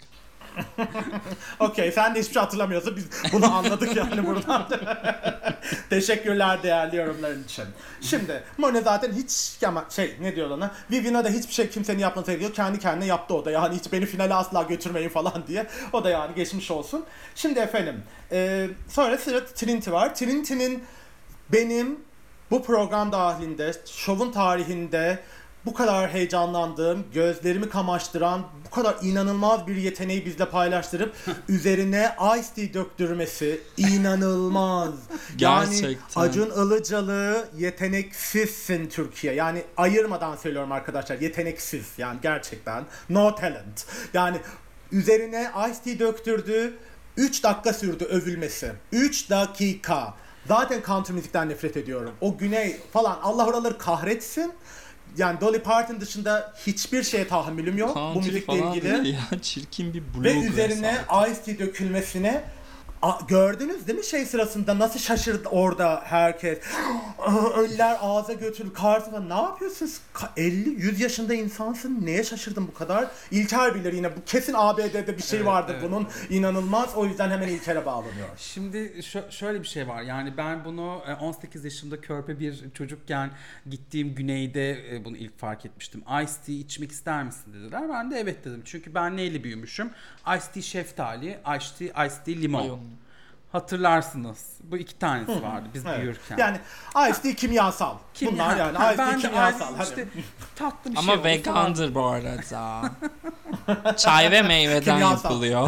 Okey sen de hiçbir şey hatırlamıyorsun. Biz bunu anladık yani buradan. Teşekkürler değerli yorumların için. Şimdi Mone zaten hiç ama şey ne diyor ona? Vivian'a da hiçbir şey kimsenin yapması gerekiyor. Kendi kendine yaptı o da. Yani hiç beni finale asla götürmeyin falan diye. O da yani geçmiş olsun. Şimdi efendim e, sonra sıra Trinity var. Trinity'nin benim bu program dahilinde şovun tarihinde bu kadar heyecanlandığım, gözlerimi kamaştıran, bu kadar inanılmaz bir yeteneği bizle paylaştırıp üzerine Ice Tea döktürmesi inanılmaz. Yani
Gerçekten.
Acun Ilıcalı yeteneksizsin Türkiye. Yani ayırmadan söylüyorum arkadaşlar yeteneksiz yani gerçekten no talent. Yani üzerine Ice Tea döktürdü. üç dakika sürdü övülmesi. üç dakika. Zaten country müzikten nefret ediyorum. O güney falan Allah oraları kahretsin. Yani Dolly Parton dışında hiçbir şeye tahammülüm yok bu
Country
müzikle
falan
ilgili.
değil ya, çirkin bir
Ve
bluegrass
üzerine
aleti.
Ice Tea dökülmesine A, gördünüz değil mi şey sırasında nasıl şaşırdı orada herkes. Ölüler ağza götürüldü. Karşı falan. Ne yapıyorsunuz? elli yüz yaşında insansın. Neye şaşırdın bu kadar? İlker bilir yine. Bu kesin A B D'de bir şey
Evet,
vardır
evet,
bunun. İnanılmaz. O yüzden hemen İlker'e bağlanıyor.
Şimdi şö- şöyle bir şey var. Yani ben bunu e, on sekiz yaşımda körpe bir çocukken gittiğim güneyde e, bunu ilk fark etmiştim. Ice tea içmek ister misin dediler. Ben de evet dedim. Çünkü ben neyle büyümüşüm? Ice tea şeftali, ice tea, ice tea limon.
Mayon.
Hatırlarsınız. Bu iki tanesi vardı biz
Evet.
büyürken.
Yani Ice tea kimyasal.
Kim-
Bunlar yani
Ha,
Ice tea
ben de
kimyasal.
aynı
Hadi.
işte tatlı bir
Ama
şey olsa-
vegandır bu arada. Çay ve meyveden
Kimyasal.
yapılıyor.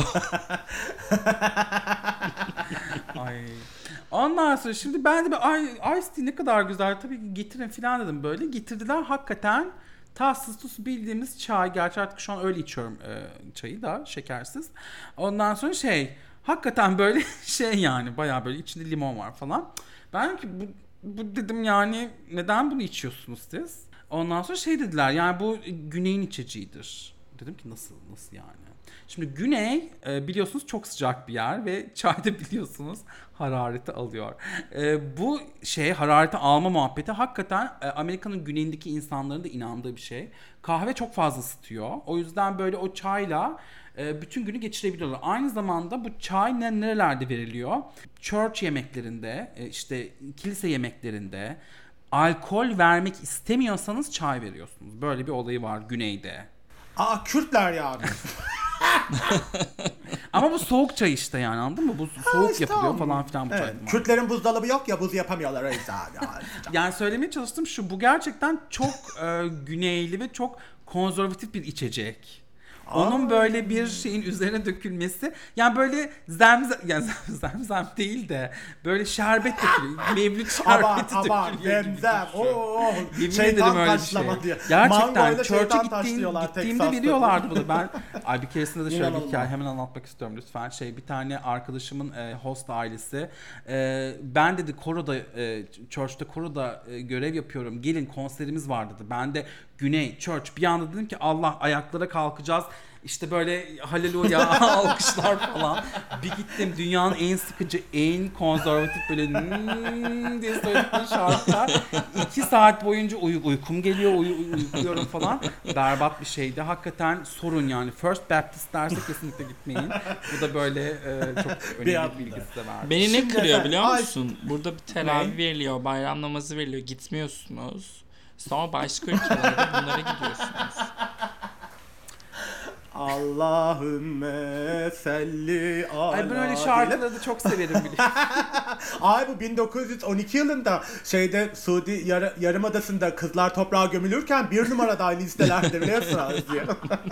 Ay. Ondan sonra şimdi ben de bir ay Ice tea ne kadar güzel tabii ki getirin falan dedim böyle. Getirdiler hakikaten tatsız tuzsuz bildiğimiz çay. Gerçi artık şu an öyle içiyorum e, çayı da şekersiz. Ondan sonra şey hakikaten böyle şey yani bayağı böyle içinde limon var falan. Ben dedim ki bu, bu dedim yani neden bunu içiyorsunuz siz? Ondan sonra şey dediler yani bu güneyin içeceğidir. Dedim ki nasıl nasıl yani? Şimdi güney e, biliyorsunuz çok sıcak bir yer ve çayda biliyorsunuz harareti alıyor. E, bu şey harareti alma muhabbeti hakikaten e, Amerika'nın güneyindeki insanların da inandığı bir şey. Kahve çok fazla ısıtıyor. O yüzden böyle o çayla e, bütün günü geçirebiliyorlar. Aynı zamanda bu çay ne- nerelerde veriliyor? Church yemeklerinde, e, işte kilise yemeklerinde alkol vermek istemiyorsanız çay veriyorsunuz. Böyle bir olayı var güneyde.
Aa Kürtler yani.
Ama bu soğuk çay işte yani anladın mı? Bu soğuk
işte
yapılıyor
tamam.
falan filan bu
Evet,
çay.
Kürtlerin buzdolabı yok ya buz yapamıyorlar o yüzden. Yani.
Yani söylemeye çalıştım şu bu gerçekten çok e, güneyli ve çok konservatif bir içecek. Onun böyle bir şeyin üzerine dökülmesi yani böyle zemzem yani zemzem değil de böyle şerbet dökülüyor. Mevlüt
Aman
şerbeti
aman
dökülüyor gibi
zemzem.
düşün.
Oo,
Yemin
şeytan
ederim öyle bir
taşlama
şey.
diyor.
Gerçekten
Mangoyla
church'a
şeytan
gittiğim,
taşlıyorlar
gittiğimde
Texas'ta.
veriyorlardı bunu. Ben ay bir keresinde de şöyle bir
İnanılmaz.
hikaye hemen anlatmak istiyorum lütfen. Şey bir tane arkadaşımın e, host ailesi e, ben dedi koroda e, church'ta koroda e, görev yapıyorum. Gelin konserimiz var dedi. Ben de Güney Church bir anda dedim ki Allah ayaklara kalkacağız. İşte böyle haleluya alkışlar falan. Bir gittim dünyanın en sıkıcı, en konservatif böyle hmm diye söyledikleri şarkılar. İki saat boyunca uy- uykum geliyor, uy- uy- uykuyorum falan. Berbat bir şeydi. Hakikaten sorun yani. First Baptist derse kesinlikle gitmeyin. Bu da böyle e, çok önemli
anda.
bir bilgi size verdim.
Beni ne
Şimdi
kırıyor
efendim,
biliyor
ay-
musun? Burada bir teravih
Ne?
veriliyor, bayram namazı veriliyor. Gitmiyorsunuz. Sonra başka ülkelerde bunlara gidiyorsunuz.
Allahümme salli ala.
Ay ben öyle
diyelim.
şarkıları da çok severim biliyorum.
Ay bu bin dokuz yüz on iki yılında şeyde Suudi Yar- Yarımadası'nda kızlar toprağa gömülürken bir numarada aynı listelerde biliyorsunuz diyor.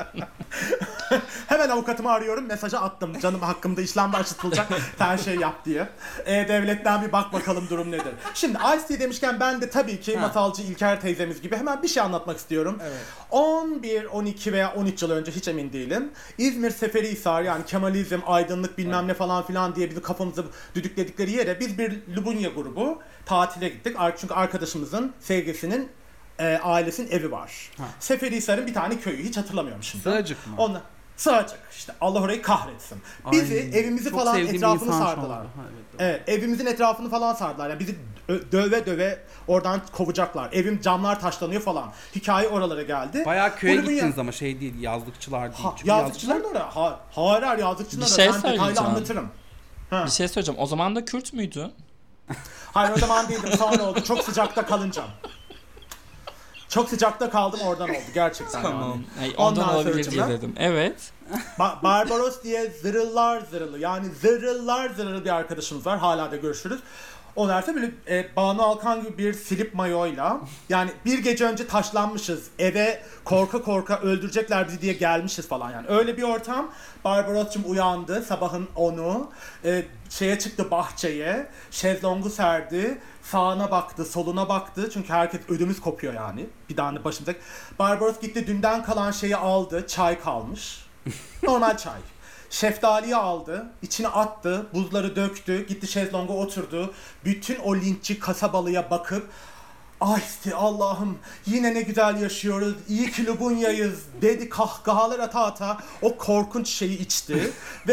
Hemen avukatımı arıyorum, mesaja attım. Canım hakkımda işlem başlatılacak, her şey yap diye. E-Devlet'ten bir bak bakalım durum nedir. Şimdi Ice Tea demişken ben de tabii ki
Ha.
masalcı İlker teyzemiz gibi hemen bir şey anlatmak istiyorum.
Evet.
on bir, on iki veya on üç yıl önce hiç emin değilim. İzmir Seferihisar yani Kemalizm, aydınlık bilmem ne falan filan diye bizi kafamızı düdükledikleri yere biz bir Lubunya grubu tatile gittik. Ar- Çünkü arkadaşımızın sevgisinin e, ailesinin evi var.
Ha.
Seferihisar'ın bir tane köyü, hiç hatırlamıyorum şimdi.
Sığacık mı?
Onunla Sığacık işte, Allah orayı kahretsin. Bizi
Ay,
evimizi
çok
falan
sevdiğim bir
etrafını
insan şu
sardılar.
anda. Ha, evet, doğru.
Evet, evimizin etrafını falan sardılar. Yani bizi ö- döve döve oradan kovacaklar. Evim camlar taşlanıyor falan. Hikaye oralara geldi.
Bayağı köye
Bunu bu ya-
gittiniz ama şey değil yazlıkçılar değil.
Ha,
Çünkü
yazlıkçıların oraya. Ha, hayır hayır yazlıkçıların
Bir
oraya.
şey
Ben detaylı
söyleyeceğim.
anlatırım. Ha.
Bir şey söyleyeceğim. O zaman da Kürt müydün?
Hayır o zaman değildim, sonra oldu. Çok sıcakta kalınca. Çok sıcakta kaldım, oradan oldu gerçekten yani.
Ay, ondan
Ondan
olabilir
sonra-
diye dedim. Evet.
Ba- Barbaros diye zırıllar zırılı, yani zırıllar zırılı bir arkadaşımız var, hala da görüşürüz. O derse böyle e, Banu Alkan gibi bir slip mayoyla, yani bir gece önce taşlanmışız, eve korka korka öldürecekler bizi diye gelmişiz falan yani. Öyle bir ortam. Barbaros'cum uyandı sabahın onu, e, şeye çıktı bahçeye, şezlongu serdi, sağına baktı, soluna baktı çünkü herkes ödümüz kopuyor yani. Bir tane başımıza. Barbaros gitti, dünden kalan şeyi aldı, çay kalmış. Normal çay. Şeftaliyi aldı, içine attı, buzları döktü, gitti şezlonga oturdu. Bütün o linççi kasabalıya bakıp ay işte Allah'ım yine ne güzel yaşıyoruz, iyi ki Lubunya'yız dedi, kahkahalar ata ata o korkunç şeyi içti. Ve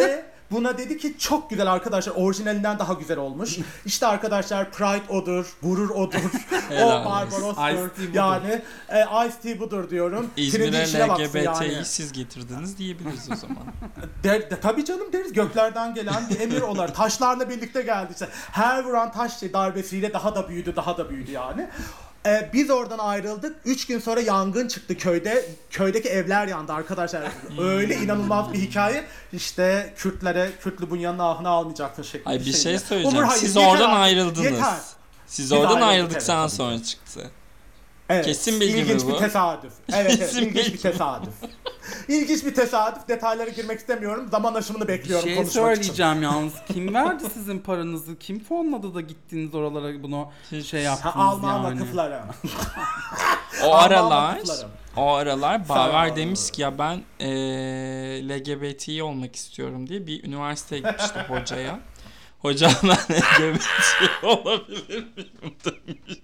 buna dedi ki çok güzel arkadaşlar, orijinalinden daha güzel olmuş. İşte arkadaşlar Pride odur, gurur odur, o
Helal
Barbaros'tur. Yani e, Ice Tea budur diyorum. Trendin
İzmir'e
içine
L
baksın
G B T'yi
yani.
siz getirdiniz diyebiliriz o zaman.
De, de, tabii canım deriz, göklerden gelen bir emir olarak taşlarla birlikte geldi işte. Her vuran taş darbesiyle daha da büyüdü, daha da büyüdü yani. Ee, biz oradan ayrıldık. Üç gün sonra yangın çıktı köyde. Köydeki evler yandı arkadaşlar. Öyle inanılmaz bir hikaye. İşte Kürtlere, Kürtlü bunyanın ahını almayacaktın şeklinde.
Ay bir şey
şeydi.
söyleyeceğim.
Umur, hayır,
Siz
yeter
oradan
artık,
ayrıldınız.
yeter.
Siz
Biz
oradan
ayrıldık,
ayrıldıktan
evet, tabii
sonra
ki.
çıktı.
Evet,
Kesin bilgi mi
ilginç
bu?
bir tesadüf. Evet, evet,
Kesin
ilginç
bilgi
bir tesadüf. İlginç bir tesadüf. Detaylara girmek istemiyorum. Zaman aşımını
Bir
bekliyorum
şey
konuşmak için.
söyleyeceğim yalnız. Kim verdi sizin paranızı? Kim fonladı da gittiniz oralara bunu şey yaptınız
Ha, Alman
yani?
vakıfları.
O
Alman
aralar
vakıfları.
o aralar
Sağ
Baver
ol.
demiş ki ya ben eee L G B T olmak istiyorum diye bir üniversiteye gitmişti hocaya. Hocam ben L G B T olabilir miyim demiş.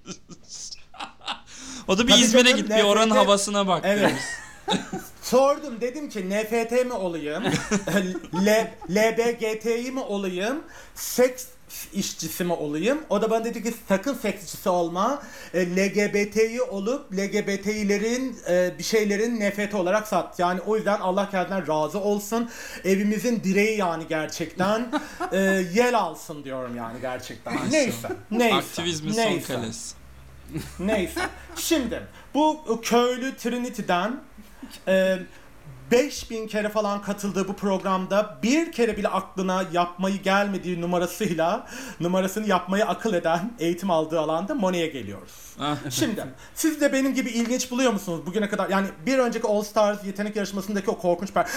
O da bir
Tabii
İzmir'e
canım,
git bir oranın
N F T
havasına bak
Evet.
demiş.
Sordum, dedim ki N F T mi olayım, L- LBGT'yi mi olayım, seks işçisi mi olayım? O da bana dedi ki sakın seks işçisi olma, e, L G B T'yi olup L G B T'lilerin e, bir şeylerin N F T olarak sat. Yani o yüzden Allah kendinden razı olsun. Evimizin direği yani gerçekten e, yel alsın diyorum yani gerçekten.
Maşallah.
Neyse, neyse.
Aktivizmin son
neyse.
kalesi.
Neyse. Şimdi bu köylü Trinity'den e, beş bin kere falan katıldığı bu programda bir kere bile aklına yapmayı gelmediği numarasıyla numarasını yapmayı akıl eden, eğitim aldığı alanda Monet'e geliyoruz.
Ah.
Şimdi siz de benim gibi ilginç buluyor musunuz bugüne kadar? Yani bir önceki All Stars yetenek yarışmasındaki o korkunç per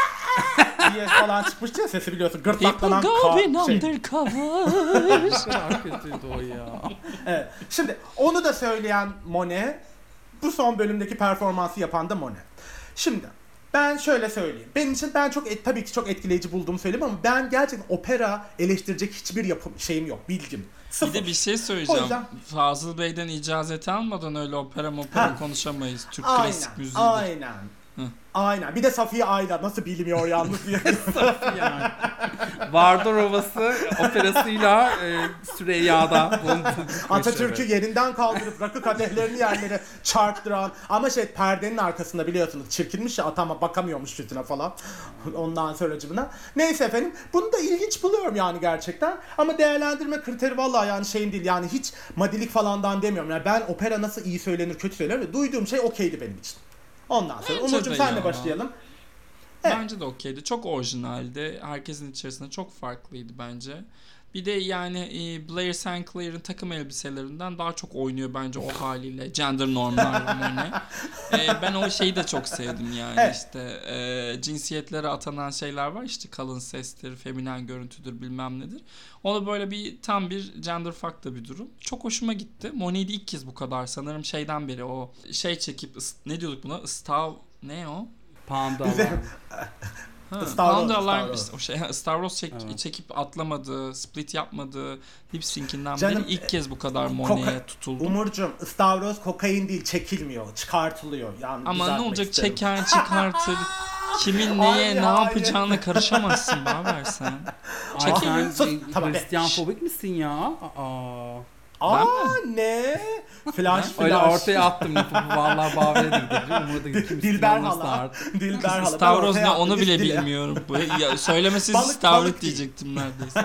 diye falan çıkmıştı ya, sesi biliyorsun. Gırtlaklanan
People
ka-
going
şey.
undercover.
Ne kadar kötüydü o ya.
Evet. Şimdi onu da söyleyen Monet, bu son bölümdeki performansı yapan da Monet. Şimdi ben şöyle söyleyeyim. Benim için ben çok et, tabii ki çok etkileyici bulduğumu söyleyeyim ama ben gerçekten opera eleştirecek hiçbir yapım şeyim yok, bilgim. Sıfır.
Bir de bir şey
O
söyleyeceğim.
yüzden-
Fazıl Bey'den icazet almadan öyle opera opera
Ha.
konuşamayız. Türk
Aynen,
klasik müziğidir.
aynen.
Hı.
Aynen. Bir de Safiye Ayla nasıl bilmiyor yalnız diye.
Yani. Vardar Ovası operasıyla e, Süreyya'da bulundu.
Atatürk'ü yerinden kaldırıp rakı kadehlerini yerlere çarptıran ama şey perdenin arkasında biliyorsunuz çirkinmiş ya, atama bakamıyormuş yüzüne falan. Ondan sonracımına. Neyse efendim, bunu da ilginç buluyorum yani gerçekten. Ama değerlendirme kriteri vallahi yani şeyim değil yani, hiç madilik falandan demiyorum. Yani ben opera nasıl iyi söylenir kötü söylenir, duyduğum şey okeydi benim için. Ondan sonra
Bence
Umurcuğum
de
senle
ya.
başlayalım. Evet.
Bence de okeydi. Çok orijinaldi. Herkesin içerisinde çok farklıydı bence. Bir de yani e, Blair Saint Clair'in takım elbiselerinden daha çok oynuyor bence o haliyle. Gender normlarla Monet. E, ben o şeyi de çok sevdim yani.
Evet.
İşte e, cinsiyetlere atanan şeyler var. İşte kalın sestir, feminen görüntüdür, bilmem nedir. O da böyle bir tam bir gender fuck da bir durum. Çok hoşuma gitti. Monet'i ilk kez bu kadar sanırım şeyden beri o şey çekip ıs- ne diyorduk buna? Istav ne o?
Pandalar.
Ha,
Star Wars,
Pandalar
Star Wars.
işte o şey ha, Star Wars çek-
Evet.
çekip atlamadı, split yapmadı, lip sync'inden
Canım,
beri ilk kez bu kadar
koka-
Monet'e tutuldu.
Umurcuğum, Stavros kokain değil, çekilmiyor, çıkartılıyor. Yani
Ama ne
düzeltmek
olacak,
isterim.
çeker çıkartır. Kimin neye
Hayır,
ne
hayır.
yapacağına karışamazsın Baver sen.
Ay
Çekil.
sen
Sus,
e,
tamam be.
Hristiyanfobik misin ya? Aa.
Aa ne? Flash flash.
Öyle ortaya attım lafı. Vallahi Baver'e de gidiyor. Umur'a da gidiyor.
Dilber hala. Dilber hala. Ben
Stavros
ortaya
ne
attım,
onu
biz
bile
dile.
bilmiyorum. Bu- Ya, söylemesiz
Balık,
Stavrit
balık değil.
diyecektim neredeyse.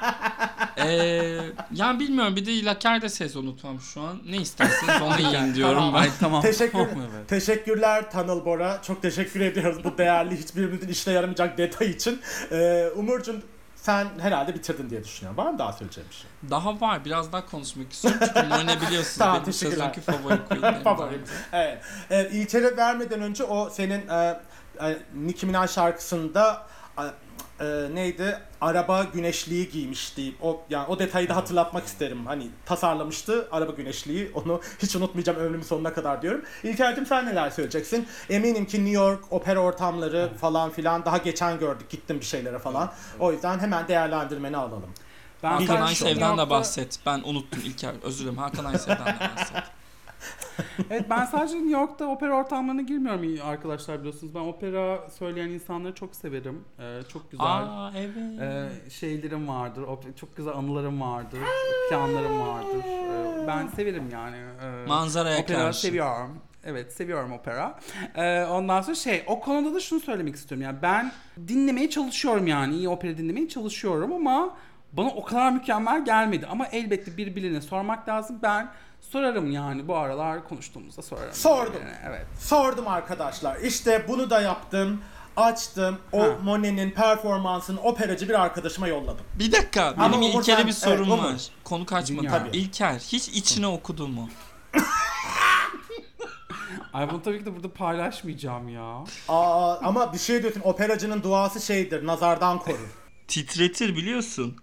ee, yani bilmiyorum, bir de Laker'de sezonu tam şu an. Ne isterseniz onu yiyin diyorum
Tamam,
ben.
ay, tamam.
Teşekkür,
Tamam, evet.
teşekkürler Tanıl Bora. Çok teşekkür ediyoruz bu değerli, hiçbirimizin işine yaramayacak detay için. Ee, Umurcuğum, sen herhalde bitirdin diye düşünüyorum. Var mı daha söyleyeceğim bir şey?
Daha var. Biraz daha konuşmak istiyorum. Çünkü Monet biliyorsunuz
Tamam,
benim
teşekkürler.
sezonki favori queenlerim.
Favorim. Evet. Ee, İlker'e vermeden önce o senin e, e, Nicki Minaj şarkısında e, e, neydi? Araba güneşliği giymişti. O yani o detayı da hatırlatmak isterim. Hani tasarlamıştı araba güneşliği. Onu hiç unutmayacağım ömrümün sonuna kadar diyorum. İlker'cim sen neler söyleyeceksin? Eminim ki New York opera ortamları falan filan daha geçen gördük. Gittim bir şeylere falan. O yüzden hemen değerlendirmeni alalım.
Ben
Hakan
Bilmiyorum.
Aysev'den
New
de
York'ta-
bahset. Ben unuttum İlker. Özür dilerim. Hakan Aysev'den de bahset.
Evet, ben sadece New York'ta opera ortamlarına girmiyorum arkadaşlar, biliyorsunuz. Ben opera söyleyen insanları çok severim. Ee, çok güzel
Aa evet.
e, şeylerim vardır. Opera, çok güzel anılarım vardır. Planlarım vardır. Ee, ben severim yani. Ee,
Manzaraya
opera
karşı.
seviyorum. Evet, seviyorum opera. Ee, ondan sonra şey, o konuda da şunu söylemek istiyorum. Yani ben dinlemeye çalışıyorum yani. İyi opera dinlemeye çalışıyorum ama bana o kadar mükemmel gelmedi. Ama elbette birbirine sormak lazım. Ben sorarım yani, bu aralar konuştuğumuzda sorarım.
Sordum.
birbirine. Evet.
Sordum arkadaşlar. İşte bunu da yaptım. Açtım. O
Ha.
Monet'in performansını operacı bir arkadaşıma yolladım.
Bir dakika.
Ama
Benim
Umur
İlker'e
sen-
bir sorum
evet, Umur.
var. Konu kaçmadı.
Dünya.
Tabii.
İlker hiç içine okudun mu?
Ay, bunu tabii ki de burada paylaşmayacağım ya.
Aa, ama bir şey diyorsun. Operacının duası şeydir. Nazardan korur.
Titretir biliyorsun.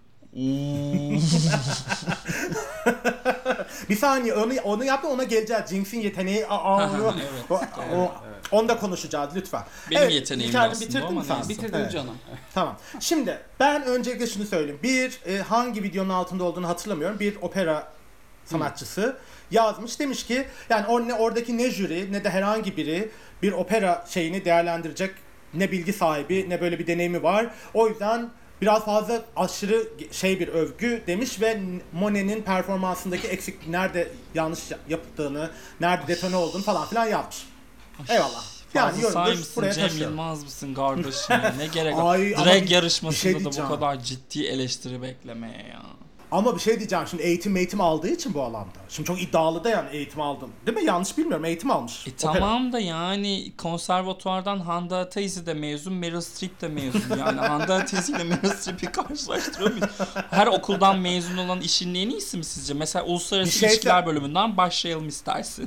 Bir saniye onu onu yaptım, ona geleceğiz. Jinx'in yeteneği aa, aa,
evet,
o, o, onu da konuşacağız lütfen.
Benim yeteneğim
İlker'cim,
aslında
bitirdin
ama
mi sen?
neyse.
Bitirdim
Evet.
canım.
Tamam. Şimdi ben öncelikle şunu söyleyeyim. Bir e, hangi videonun altında olduğunu hatırlamıyorum. Bir opera sanatçısı yazmış. Demiş ki yani o, ne, oradaki ne jüri ne de herhangi biri bir opera şeyini değerlendirecek ne bilgi sahibi ne böyle bir deneyimi var. O yüzden biraz fazla aşırı şey bir övgü demiş ve Monet'in performansındaki eksik, nerede yanlış yaptığını, nerede detone olduğunu falan filan yazmış. Eyvallah. Yani
Fazla
yorumdur
saymışsın,
buraya
Cem
taşıyorum.
Yılmaz mısın kardeşim ya? Ne gerek var?
Ay, ama
Drag
bir-
yarışmasında
bir şey
da bu
diyeceğim.
kadar ciddi eleştiri beklemeye ya.
Ama bir şey diyeceğim, şimdi eğitim eğitim aldığı için bu alanda. Şimdi çok iddialı da yani eğitim aldım. Değil mi? Yanlış bilmiyorum, eğitim almış.
E
Opera.
tamam da yani konservatuvardan Hande Ataizi de mezun, Meryl Streep de mezun. Yani Hande Ataizi ile Meryl Streep'i karşılaştırıyor muyuz? Her okuldan mezun olan işin en iyisi mi sizce? Mesela uluslararası
Bir şey-
ilişkiler bölümünden başlayalım istersin.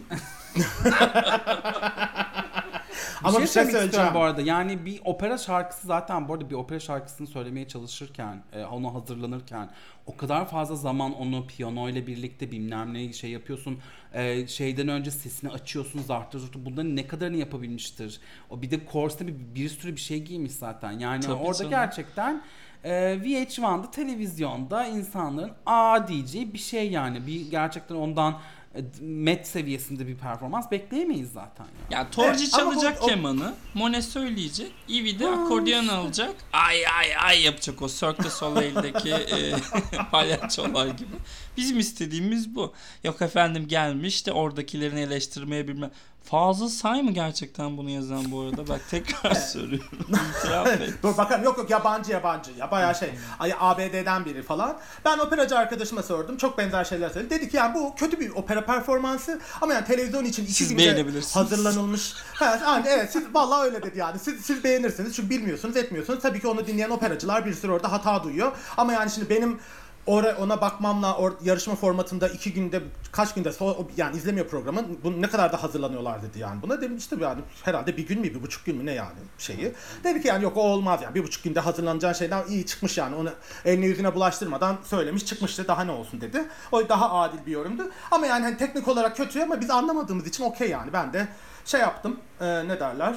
Bir
Ama
şey
bir şey
söylemek
söyleyeceğim.
istiyorum bu arada. Yani bir opera şarkısı zaten, bu arada bir opera şarkısını söylemeye çalışırken, e, onu hazırlanırken o kadar fazla zaman onu piyano ile birlikte bilmem ne şey yapıyorsun. E, şeyden önce sesini açıyorsun, zartı zurtu. Bunların ne kadarını yapabilmiştir? O bir de korste bir, bir sürü bir şey giymiş zaten. Yani
Tabii
orada
canım.
gerçekten e, V H bir'da televizyonda insanların aa diyeceği bir şey yani. Bir gerçekten ondan e, met seviyesinde bir performans bekleyemeyiz zaten. Yani.
Ya Torci
Evet, ama
çalacak
bu- o-
kemanı, Monet söyleyecek, Ivy de akordeon alacak, ay ay ay yapacak o Cirque du Soleil'deki e, palyaçolar gibi. Bizim istediğimiz bu. Yok efendim gelmiş de oradakilerini eleştirmeye bilmem. Fazıl Say mı gerçekten bunu yazan bu arada? Bak tekrar söylüyorum. İtiraf et.
Dur bakalım, yok yok yabancı yabancı ya bayağı şey ay, A B D'den biri falan. Ben operacı arkadaşıma sordum, çok benzer şeyler söyledi. Dedi ki yani bu kötü bir opera performansı ama yani televizyon için iki
Siz
günde
beğenebilirsiniz.
hazırlanılmış. Ha, yani evet siz vallahi öyle dedi yani. Siz, siz beğenirsiniz çünkü bilmiyorsunuz etmiyorsunuz. Tabii ki onu dinleyen operacılar bir sürü orada hata duyuyor. Ama yani şimdi benim Ora, ona bakmamla or, yarışma formatında iki günde kaç günde so, yani izlemiyor programı. Bu ne kadar da hazırlanıyorlar dedi yani. Buna dedim işte yani herhalde bir gün mü bir buçuk gün mü ne yani şeyi. Dedi ki yani yok o olmaz yani bir buçuk günde hazırlanacağın şeyden iyi çıkmış yani. Onu eline yüzüne bulaştırmadan söylemiş çıkmıştı, daha ne olsun dedi. O daha adil bir yorumdu. Ama yani hani teknik olarak kötü ama biz anlamadığımız için okey yani. Ben de şey yaptım e, ne derler.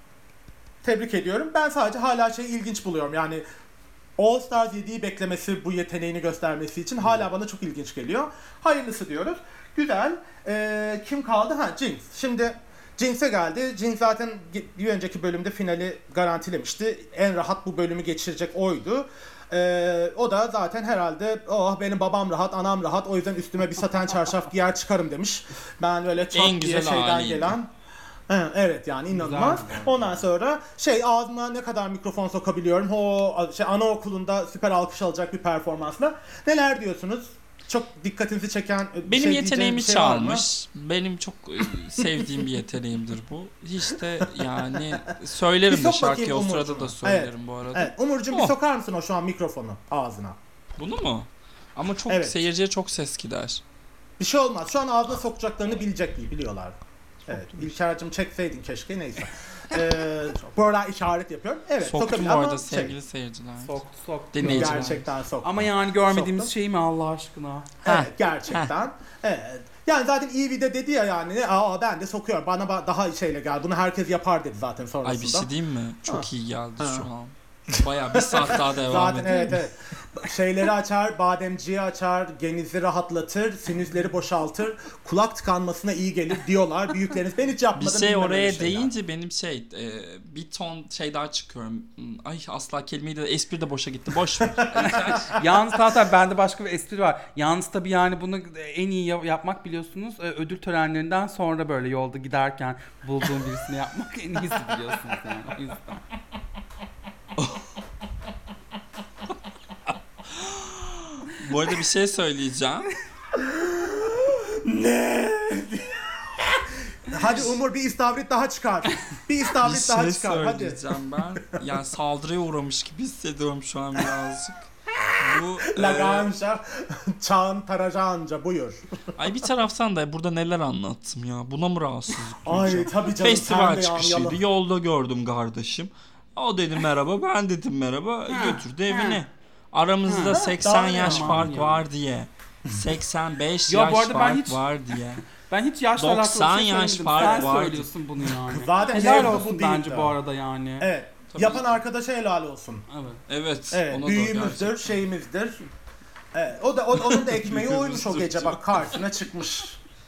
Tebrik ediyorum. Ben sadece hala şeyi ilginç buluyorum yani. All Stars yediği beklemesi bu yeteneğini göstermesi için hala bana çok ilginç geliyor. Hayırlısı diyoruz. Güzel. Ee, kim kaldı? Ha Jinx. Şimdi Jinx'e geldi. Jinx zaten bir önceki bölümde finali garantilemişti. En rahat bu bölümü geçirecek oydu. Ee, o da zaten herhalde oh benim babam rahat, anam rahat. O yüzden üstüme bir saten çarşaf giyer çıkarım demiş. Ben böyle çok
En
diye
güzel
şeyden
haliydi.
gelen. Ha, evet yani inanılmaz.
Güzeldi.
Ondan sonra şey ağzıma ne kadar mikrofon sokabiliyorum. O şey anaokulunda süper alkış alacak bir performansla. Neler diyorsunuz? Çok dikkatinizi çeken bir
Benim
şey
yeteneğimi
diyeceğim bir şey var mı?
çalmış. Benim çok e, sevdiğim bir yeteneğimdir bu. Hiç de yani söylerim
Bir
de
sok bakayım
şarkıyı o sırada
Umurcuğum.
da söylerim bu arada.
Evet, Umurcuğum bir
Oh.
sokar mısın o şu an mikrofonu ağzına?
Bunu mu? Ama çok
Evet.
seyirciye çok ses gider.
Bir şey olmaz. Şu an ağzına sokacaklarını bilecek değil, biliyorlar. Evet, İlker'cim çekseydin keşke, neyse. ee, bu arada işaret yapıyorum. Evet,
Soktum
sokabilir
bu
ama
arada
şey,
sevgili seyirciler.
Soktu soktu.
Dinleyiciler.
gerçekten soktum.
Ama yani görmediğimiz
Soktum.
şey mi Allah aşkına?
Heh,
Evet, gerçekten. Evet. Yani zaten iyi bir de dedi ya yani, aa ben de sokuyorum. Bana ba- daha şeyle gel. Bunu herkes yapar dedi zaten sonrasında.
Ay bir şey diyeyim mi? Çok
Ha.
iyi geldi
Ha.
şu an. Bayağı bir saat daha devam
Zaten
ediyor.
evet evet. Şeyleri açar, bademciği açar, genizi rahatlatır, sinüsleri boşaltır, kulak tıkanmasına iyi gelir diyorlar büyükleriniz. Ben hiç
Bir
yapmadım.
şey
bilmem öyle
oraya
şeyler.
deyince benim şey e, bir ton şey daha çıkıyorum. Ay asla kelimeyi de espri de boşa gitti. Boş ver.
Yalnız zaten bende başka bir espri var. Yalnız tabii yani bunu en iyi yap- yapmak biliyorsunuz. e, Ödül törenlerinden sonra böyle yolda giderken bulduğum birisini yapmak en iyisi biliyorsunuz yani. O yüzden.
Bu arada bir şey söyleyeceğim.
Ne? Hadi Umur bir istavrit daha çıkar. Bir
Bir
istavrit daha
şey
çıkar. Hadi.
söyleyeceğim ben. Yani saldırıya uğramış gibi hissediyorum şu an birazcık. Bu e,
Laganja, çağın tarajanca buyur.
ay bir taraftan da burada neler anlattım ya. Buna mı rahatsızlık
Ay
duyacağım?
tabii canım.
Festival
sen de yani
çıkışıydı.
yalan-
Yolda gördüm kardeşim. O dedi merhaba, ben dedim merhaba. Götürdü evine. Aramızda
Ha.
seksen
Daha ne
yaş
yaman
fark
ya.
var diye. seksen beş
Ya
yaş
bu arada ben
fark
hiç-
var diye.
Ben hiç yaşla
doksan
alakalı bir şey
yaş
söylemedim.
fark
Sen
vardı.
söylüyorsun bunu yani.
Zaten
Helal
mevzu bu
olsun
değil
bence
de.
bu arada yani.
Evet.
Tabii.
Yapan arkadaşa helal olsun.
Evet.
Evet.
Evet.
ona da
Büyüğümüzdür,
gerçekten.
şeyimizdir. Evet. O da o, onun da ekmeği oymuş o gece
Büyüğümüzdür.
bak karşısına çıkmış.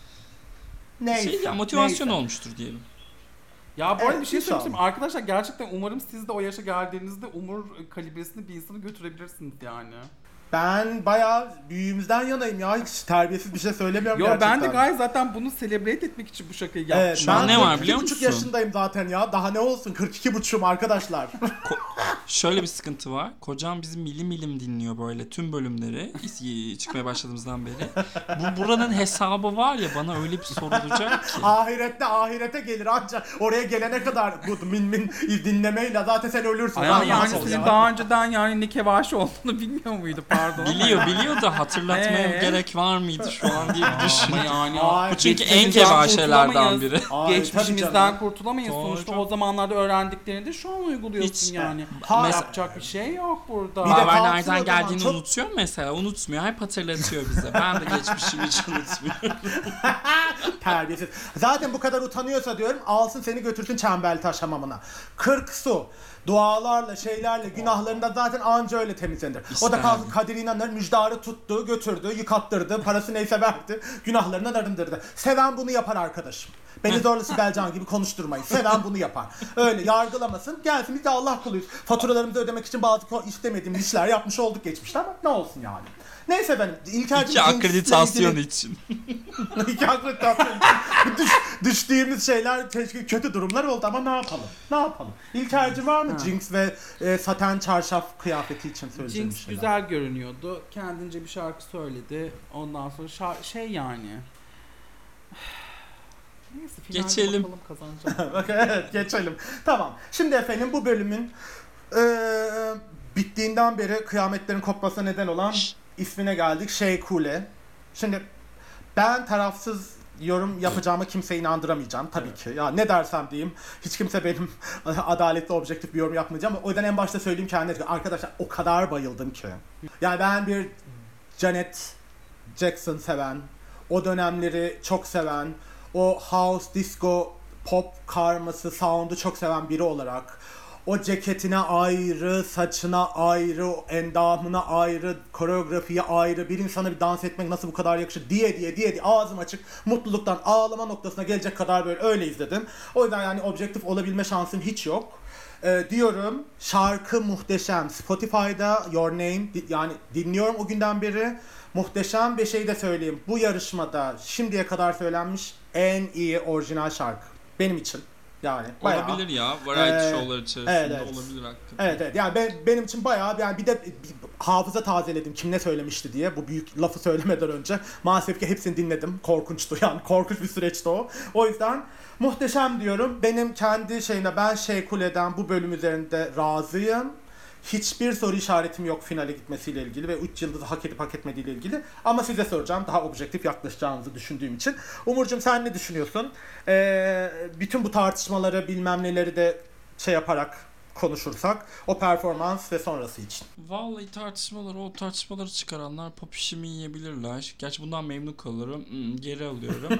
Neyse.
Şey ya, motivasyon
neyse.
olmuştur diyelim.
Ya bu arada
Evet,
bir şey
inşallah.
söyleyeyim. Arkadaşlar gerçekten umarım siz de o yaşa geldiğinizde umur kalibresinde bir insanı götürebilirsiniz yani.
Ben bayağı büyüğümüzden yanayım ya. Hiç terbiyesiz bir şey söylemiyorum
Yo
gerçekten.
ben de gayet zaten bunu celebrate etmek için bu şakayı yaptım.
Evet,
Şu an
ben
ne var
kırk iki
biliyor
buçuk
musun?
yaşındayım zaten ya. Daha ne olsun? kırk iki buçuğum arkadaşlar.
Şöyle bir sıkıntı var. Kocam bizi milim milim dinliyor böyle tüm bölümleri çıkmaya başladığımızdan beri. Bu buranın hesabı var ya, bana öyle bir sorulacak ki.
Ahirette ahirete gelir ancak oraya gelene kadar bu min min dinlemeyle zaten sen ölürsün.
Ay ama
Allah
yani
Allah
sizin
ya.
daha önceden yani ne kevaşı olduğunu bilmiyor muydu pardon?
Biliyor biliyor da hatırlatmaya
Ee?
gerek var mıydı şu an diye bir düşün.
Ama yani
Ay,
Bu çünkü en
geçmişimizden
kevaşelerden
kurtulamayız.
biri.
Ay, tabii
Geçmişimizden
canım.
kurtulamayız
Doğru.
sonuçta. O zamanlarda öğrendiklerini de şu an uyguluyorsun
Hiç.
yani.
Ha-
Yapacak bir şey yok burada.
Bir de
Haber
kalsın o
nereden
zaman,
geldiğini
çok-
unutuyor mu mesela? Unutmuyor. Hep hatırlatıyor bize. Ben de geçmişimi hiç unutmuyorum.
Terbiyesiz. Zaten bu kadar utanıyorsa diyorum alsın seni götürsün Çembertaş hamamına. kırk su. Dualarla şeylerle günahlarında zaten anca öyle temizlenir. O da
İster.
kalsın Kadir İnanır müjdarı tuttu, götürdü, yıkattırdı, parası neyse verdi, günahlarından arındırdı. Seven bunu yapar arkadaşım. Beni zorla Sibel Can gibi konuşturmayın. Seven bunu yapar. Öyle yargılamasın. Gelsin biz de Allah kuluyuz. Faturalarımızı ödemek için bazı ko- istemediğimiz işler yapmış olduk geçmişte ama ne olsun yani. Neyse benim İlker'cim
İki akreditasyon için.
İki akreditasyon Düş, düştüğümüz şeyler keşke kötü durumlar oldu ama ne yapalım? Ne yapalım? İlker'cim var mı
Ha.
Jinx ve e, saten çarşaf kıyafeti için söyleyeceğim bir
Jinx
şeyler?
güzel görünüyordu. Kendince bir şarkı söyledi. Ondan sonra şa- şey yani. Neyse finalde
Geçelim.
bakalım kazanacak.
Bak, evet geçelim. Tamam. Şimdi efendim bu bölümün e, bittiğinden beri kıyametlerin kopmasına neden olan ismine geldik. Şey Kule. Şimdi ben tarafsız yorum yapacağımı kimseye inandıramayacağım tabii
Evet.
ki. Ya ne dersem diyeyim hiç kimse benim adaletli objektif bir yorum yapmayacağım. O yüzden en başta söyleyeyim kendime. Arkadaşlar o kadar bayıldım ki. Yani ben bir Janet Jackson seven, o dönemleri çok seven, o house, disco, pop karması, sound'u çok seven biri olarak o ceketine ayrı, saçına ayrı, endamına ayrı, koreografiye ayrı, bir insana bir dans etmek nasıl bu kadar yakışır diye diye diye diye ağzım açık mutluluktan ağlama noktasına gelecek kadar böyle öyle izledim. O yüzden yani objektif olabilme şansım hiç yok. Ee, diyorum şarkı muhteşem. Spotify'da Your Name di- yani dinliyorum o günden beri. Muhteşem bir şey de söyleyeyim. Bu yarışmada şimdiye kadar söylenmiş en iyi orijinal şarkı. Benim için. Yani bayağı.
Olabilir ya. Variety
Ee,
show'lar içerisinde
evet, evet.
olabilir hakikaten.
Evet evet yani ben, benim için bayağı yani bir de bir hafıza tazeledim kim ne söylemişti diye bu büyük lafı söylemeden önce. Maalesef ki hepsini dinledim. Korkunçtu yani korkunç bir süreçti o. O yüzden muhteşem diyorum. Benim kendi şeyine ben Şey Kule'den bu bölüm üzerinde razıyım. Hiçbir soru işaretim yok finale gitmesiyle ilgili ve üç yıldızı hak edip hak etmediğiyle ilgili. Ama size soracağım daha objektif yaklaşacağınızı düşündüğüm için. Umurcuğum sen ne düşünüyorsun? Ee, bütün bu tartışmaları bilmem neleri de şey yaparak konuşursak o performans ve sonrası için.
Vallahi tartışmaları, o tartışmaları çıkaranlar popişimi yiyebilirler. Gerçi bundan memnun kalırım. Hmm, geri alıyorum.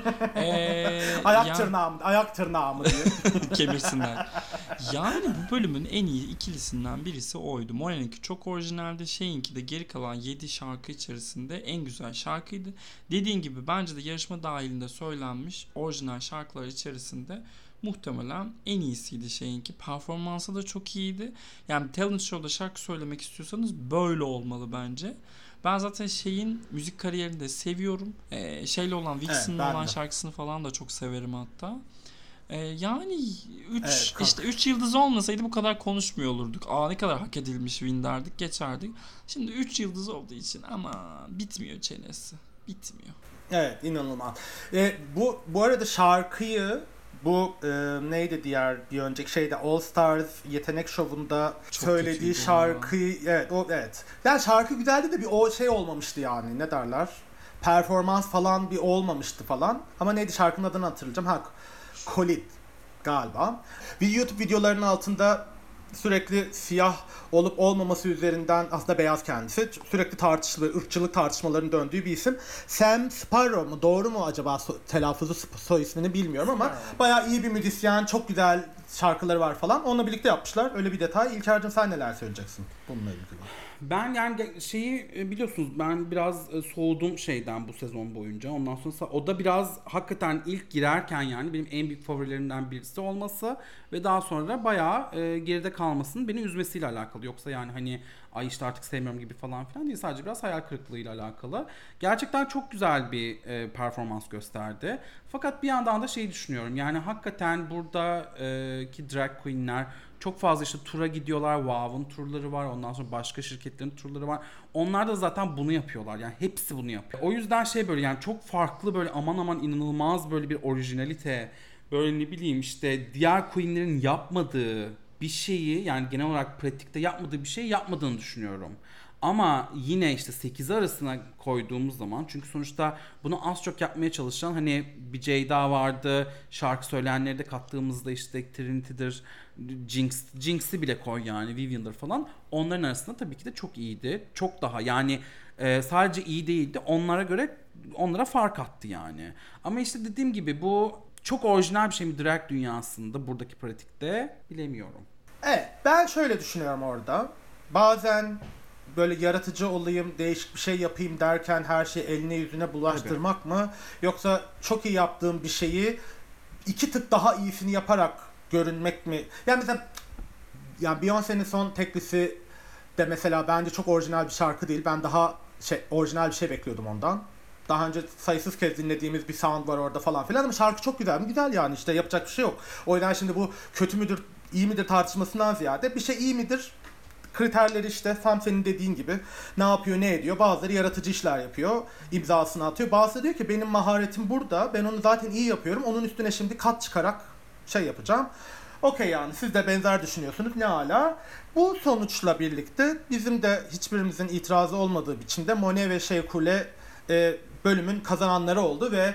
ee,
Ayak
ya-
tırnağım, ayak tırnağımı diye.
Kemirsinler. Yani bu bölümün en iyi ikilisinden birisi oydu. Mone'ninki çok orijinaldi. Şeyinki de geri kalan yedi şarkı içerisinde en güzel şarkıydı. Dediğin gibi bence de yarışma dahilinde söylenmiş orijinal şarkılar içerisinde muhtemelen en iyisiydi şeyinki. Performansı da çok iyiydi. Yani talent show'da şarkı söylemek istiyorsanız böyle olmalı bence. Ben zaten şeyin müzik kariyerini de seviyorum. Ee, şeyle olan Vixen'la
Evet, ben
olan
de.
şarkısını falan da çok severim hatta. Ee, yani üç
Evet, kanka.
işte üç yıldız olmasaydı bu kadar konuşmuyor olurduk. Aa ne kadar hak edilmiş win derdik, geçerdik. Şimdi üç yıldız olduğu için ama bitmiyor çenesi. Bitmiyor.
Evet, inanılmaz. E, bu bu arada şarkıyı bu e, neydi diğer bir önceki şeyde All Stars yetenek şovunda
Çok
söylediği
kötüydü o
şarkıyı evet o evet. Yani şarkı güzeldi de bir o şey olmamıştı yani ne derler? Performans falan bir olmamıştı falan. Ama neydi şarkının adını hatırlayacağım. Ha Kolit galiba. Bir YouTube videolarının altında sürekli siyah olup olmaması üzerinden aslında beyaz kendisi sürekli tartışılır, ırkçılık tartışmalarının döndüğü bir isim. Sam Sparrow mu? Doğru mu acaba so- telaffuzu soy ismini bilmiyorum ama bayağı iyi bir müzisyen, çok güzel şarkıları var falan. Onunla birlikte yapmışlar. Öyle bir detay. İlker'cim sen neler söyleyeceksin bununla ilgili?
Ben yani ge- şeyi e, biliyorsunuz ben biraz e, soğudum şeyden bu sezon boyunca. Ondan sonra o da biraz hakikaten ilk girerken yani benim en büyük favorilerimden birisi olması ve daha sonra bayağı e, geride kalmasının beni üzmesiyle alakalı. Yoksa yani hani ay işte artık sevmiyorum gibi falan filan değil. Sadece biraz hayal kırıklığıyla alakalı. Gerçekten çok güzel bir e, performans gösterdi. Fakat bir yandan da şeyi düşünüyorum. Yani hakikaten buradaki drag queenler çok fazla işte tura gidiyorlar. WOW'un turları var. Ondan sonra başka şirketlerin turları var. Onlar da zaten bunu yapıyorlar. Yani hepsi bunu yapıyor. O yüzden şey böyle yani çok farklı böyle aman aman inanılmaz böyle bir orijinalite. Böyle ne bileyim işte diğer queenlerin yapmadığı bir şeyi yani genel olarak pratikte yapmadığı bir şey yapmadığını düşünüyorum. Ama yine işte sekiz arasına koyduğumuz zaman çünkü sonuçta bunu az çok yapmaya çalışan hani bir Ceyda vardı. Şarkı söyleyenleri de kattığımızda işte Trinity'dir, Jinx, Jinx'i bile koy yani Vivian'dır falan. Onların arasında tabii ki de çok iyiydi. Çok daha yani e, sadece iyi değildi. Onlara göre onlara fark attı yani. Ama işte dediğim gibi bu çok orijinal bir şey mi drag dünyasında buradaki pratikte bilemiyorum.
Evet, ben şöyle düşünüyorum orada. Bazen böyle yaratıcı olayım, değişik bir şey yapayım derken her şeyi eline yüzüne bulaştırmak Tabii. mı? Yoksa çok iyi yaptığım bir şeyi iki tık daha iyisini yaparak görünmek mi? Yani mesela yani Beyoncé'nin son teklisi de mesela bence çok orijinal bir şarkı değil. Ben daha şey orijinal bir şey bekliyordum ondan. Daha önce sayısız kez dinlediğimiz bir sound var orada falan filan ama şarkı çok güzel mi? Güzel yani işte yapacak bir şey yok. O yüzden şimdi bu kötü müdür, iyi midir tartışmasından ziyade bir şey iyi midir? Kriterleri işte tam senin dediğin gibi ne yapıyor ne ediyor. Bazıları yaratıcı işler yapıyor. İmzasını atıyor. Bazıları diyor ki benim maharetim burada. Ben onu zaten iyi yapıyorum. Onun üstüne şimdi kat çıkarak şey yapacağım. Okey yani siz de benzer düşünüyorsunuz. Ne ala. Bu sonuçla birlikte bizim de hiçbirimizin itirazı olmadığı biçimde Monet ve Şeykule e, bölümün kazananları oldu ve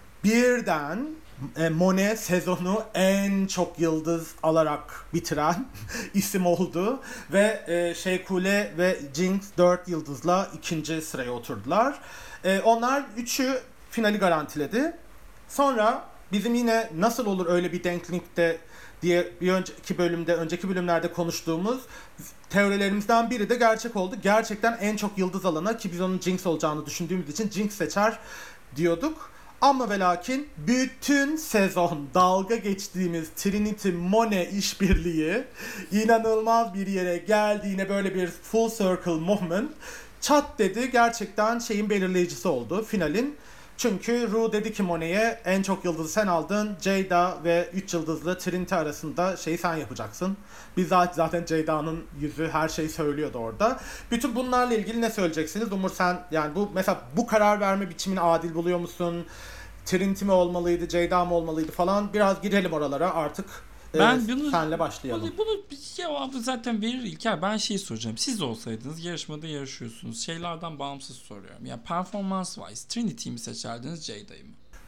birden e, Monet sezonu en çok yıldız alarak bitiren isim oldu ve e, Şeykule ve Jinx dört yıldızla ikinci sıraya oturdular. E, onlar üçü finali garantiledi. Sonra bizim yine nasıl olur öyle bir denklikte diye bir önceki bölümde, önceki bölümlerde konuştuğumuz teorilerimizden biri de gerçek oldu. Gerçekten en çok yıldız alana ki biz onun Jinx olacağını düşündüğümüz için Jinx seçer diyorduk. Ama ve lakin bütün sezon dalga geçtiğimiz Trinity Monet işbirliği inanılmaz bir yere geldi. Yine böyle bir full circle movement. Çat dedi gerçekten şeyin belirleyicisi oldu finalin. Çünkü Ru dedi ki Monet'e en çok yıldızı sen aldın. Ceyda ve üç yıldızlı Trinity arasında şeyi sen yapacaksın. Biz zaten Ceyda'nın yüzü her şeyi söylüyordu orada. Bütün bunlarla ilgili ne söyleyeceksiniz? Umur sen yani bu mesela bu karar verme biçimini adil buluyor musun? Trinity mi olmalıydı, Ceyda mı olmalıydı falan. Biraz girelim oralara artık.
Ben
evet,
bunu,
senle başlayalım.
Bunu, bunu bir cevabı zaten verir İlker. Ben şey soracağım. Siz olsaydınız yarışmada yarışıyorsunuz. Şeylerden bağımsız soruyorum. Ya performans wise Trinity'yi mi seçerdiniz Ceyda'yı mı?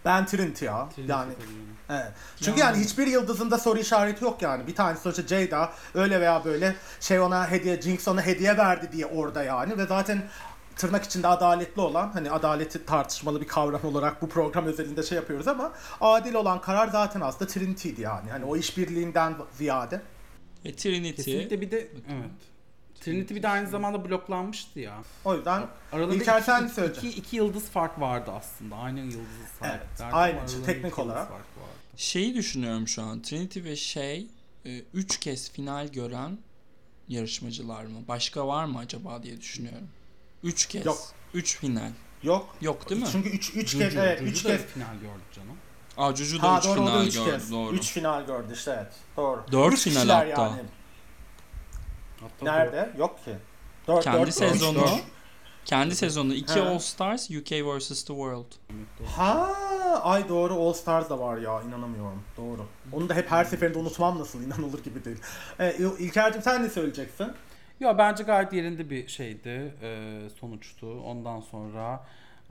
Ben Trinity ya.
Trinity
yani
tabii.
evet. Çünkü yani. yani hiçbir yıldızında soru işareti yok yani. Bir tanesi sonuçta Jada öyle veya böyle şey ona hediye, Jinx ona hediye verdi diye orada yani ve zaten tırnak içinde adaletli olan, hani adaleti tartışmalı bir kavram olarak bu program özelinde şey yapıyoruz ama adil olan karar zaten aslında Trinity'ydi yani. Hani o işbirliğinden ziyade.
E, Trinity.
Kesinlikle bir de evet. Trinity bir de aynı zamanda bloklanmıştı ya.
O yüzden
aralarında
İlker
iki,
sen
iki,
söyle.
iki, iki yıldız fark vardı aslında. Aynı yıldızı
Evet,
sahiplerdi.
aynı
ama aralarında
teknik
iki yıldız
olarak.
fark vardı.
Şeyi düşünüyorum şu an. Trinity ve şey üç kez final gören yarışmacılar mı? Başka var mı acaba diye düşünüyorum. üç kez.
Yok.
üç final.
Yok.
Yok değil mi?
Çünkü üç üç
Juju,
kez evet
Juju
üç
da
kez
final gördü canım.
Aa Juju da
Ha
üç
doğru o da
final
üç
gördü.
kez.
Doğru.
üç final gördü işte evet. Doğru.
dört
üç
final
kişiler
hatta.
yani.
Hatta
Nerede? Yok ki. dört,
Kendi
dört,
sezonu.
üç, dört.
Kendi sezonu iki
Ha.
All Stars, U K versus. The World.
Ha, ay doğru All Stars da var ya inanamıyorum. Doğru. Onu da hep her seferinde unutmam nasıl inanılır gibi değil. Ee, İl- İlker'cim sen ne söyleyeceksin?
Ya bence gayet yerinde bir şeydi, e, sonuçtu. Ondan sonra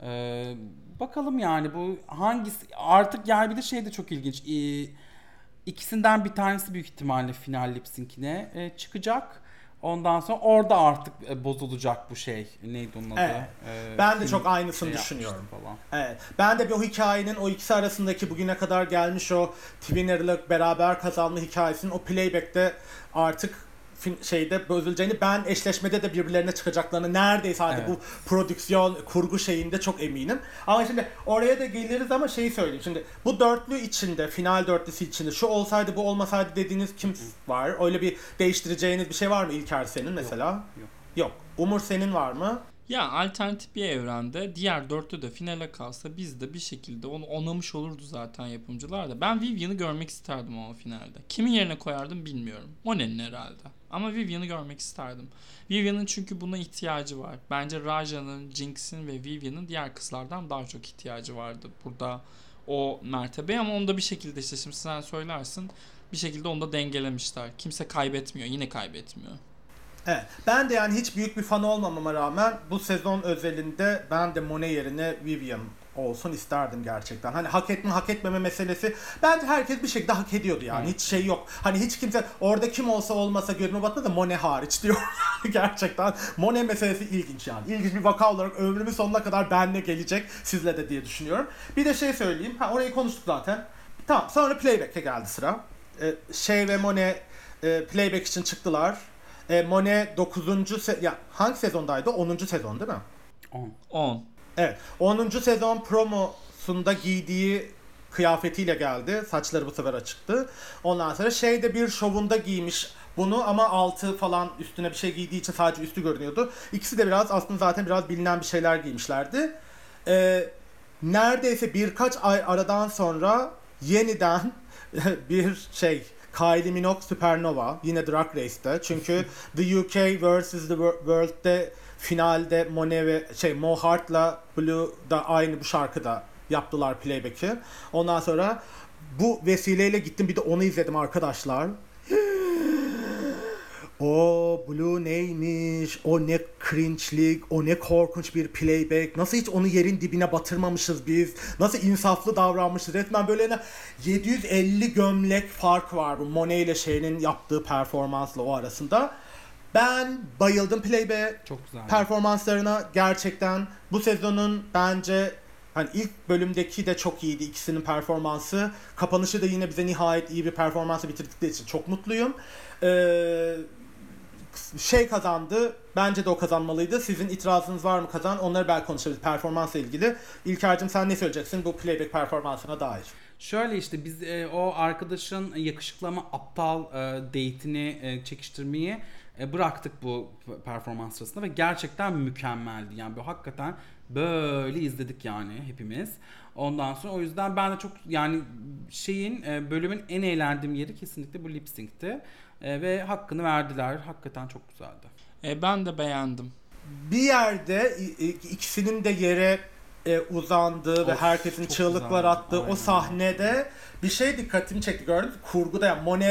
e, bakalım yani bu hangisi artık yani bir de şey de çok ilginç. E, ikisinden bir tanesi büyük ihtimalle final lip sync'ine e, çıkacak. Ondan sonra orada artık e, bozulacak bu şey. Neydi onun adı?
Evet.
E,
Ben de
film
çok aynısını
şey
düşünüyorum.
yapmıştı falan.
Evet. Ben de bir o hikayenin o ikisi arasındaki bugüne kadar gelmiş o Twinner'lık beraber kazanma hikayesinin o playback'te artık fin- şeyde bozulacağını, ben eşleşmede de birbirlerine çıkacaklarını neredeyse hadi
Evet.
bu prodüksiyon kurgu şeyinde çok eminim. Ama şimdi oraya da geliriz ama şeyi söyleyeyim. Şimdi bu dörtlü içinde, final dörtlüsü içinde şu olsaydı bu olmasaydı dediğiniz kim var? Öyle bir değiştireceğiniz bir şey var mı İlker senin mesela?
Yok.
Yok. Umur senin var mı?
Ya alternatif bir evrende diğer dörtlü de finale kalsa biz de bir şekilde onu onamış olurdu zaten yapımcılar da. Ben Vivian'ı görmek isterdim ama finalde. Kimin yerine koyardım bilmiyorum. Monet'in herhalde. Ama Vivian'ı görmek isterdim. Vivian'ın çünkü buna ihtiyacı var. Bence Raja'nın, Jinx'in ve Vivian'ın diğer kızlardan daha çok ihtiyacı vardı burada o mertebe, ama onu da bir şekilde işte şimdi sen söylersin bir şekilde onu da dengelemişler. Kimse kaybetmiyor, yine kaybetmiyor.
Evet. Ben de yani hiç büyük bir fan olmamama rağmen bu sezon özelinde ben de Monet yerine Vivian olsun isterdim gerçekten. Hani hak etme hak etmeme meselesi bence herkes bir şekilde hak ediyordu yani. Hiç şey yok. Hani hiç kimse orada kim olsa olmasa gözüme batmadı da Monet hariç diyor. Gerçekten Monet meselesi ilginç yani. İlginç bir vaka olarak ömrümün sonuna kadar benle gelecek sizle de diye düşünüyorum. Bir de şey söyleyeyim. Ha orayı konuştuk zaten. Tamam sonra playback'e geldi sıra. Ee, şey ve Monet e, playback için çıktılar. E, Monet dokuzuncu Se- ya hangi sezondaydı? onuncu sezon değil mi?
on.
on.
Evet. onuncu sezon promosunda giydiği kıyafetiyle geldi. Saçları bu sefer açıktı. Ondan sonra şeyde bir şovunda giymiş bunu ama altı falan üstüne bir şey giydiği için sadece üstü görünüyordu. İkisi de biraz aslında zaten biraz bilinen bir şeyler giymişlerdi. Ee, neredeyse birkaç ay aradan sonra yeniden bir şey Kylie Minogue Supernova yine Drag Race'te. Çünkü The U K versus. The World'de finalde Monet ve şey Mo Hart'la Blue da aynı bu şarkıda yaptılar playback'i. Ondan sonra bu vesileyle gittim bir de onu izledim arkadaşlar. O Blue neymiş, o ne cringe'lik, o ne korkunç bir playback, nasıl hiç onu yerin dibine batırmamışız biz, nasıl insaflı davranmışız, resmen böyle ne yedi yüz elli gömlek fark var bu Monet ile şeyinin yaptığı performansla o arasında. Ben bayıldım playback'e,
Çok güzel.
performanslarına gerçekten. Bu sezonun bence hani ilk bölümdeki de çok iyiydi ikisinin performansı. Kapanışı da yine bize nihayet iyi bir performansla bitirdikleri için çok mutluyum. Ee, şey kazandı. Bence de o kazanmalıydı. Sizin itirazınız var mı kazan? Onları belki konuşabiliriz performansla ilgili. İlker'cim sen ne söyleyeceksin bu playback performansına dair?
Şöyle işte biz e, o arkadaşın yakışıklı ama aptal e, date'ini e, çekiştirmeyi e, bıraktık bu performans sırasında ve gerçekten mükemmeldi. Yani bu hakikaten böyle izledik yani hepimiz. Ondan sonra o yüzden ben de çok yani şeyin e, bölümün en eğlendiğim yeri kesinlikle bu lip sync'ti. E, ve hakkını verdiler. Hakikaten çok güzeldi.
E, ben de beğendim.
Bir yerde i- i- ikisinin de yere e, uzandığı ve
Of,
herkesin
çok
çığlıklar
güzeldi.
attığı
Aynen.
o sahnede bir şey dikkatimi çekti gördün mü? Kurguda yani Monet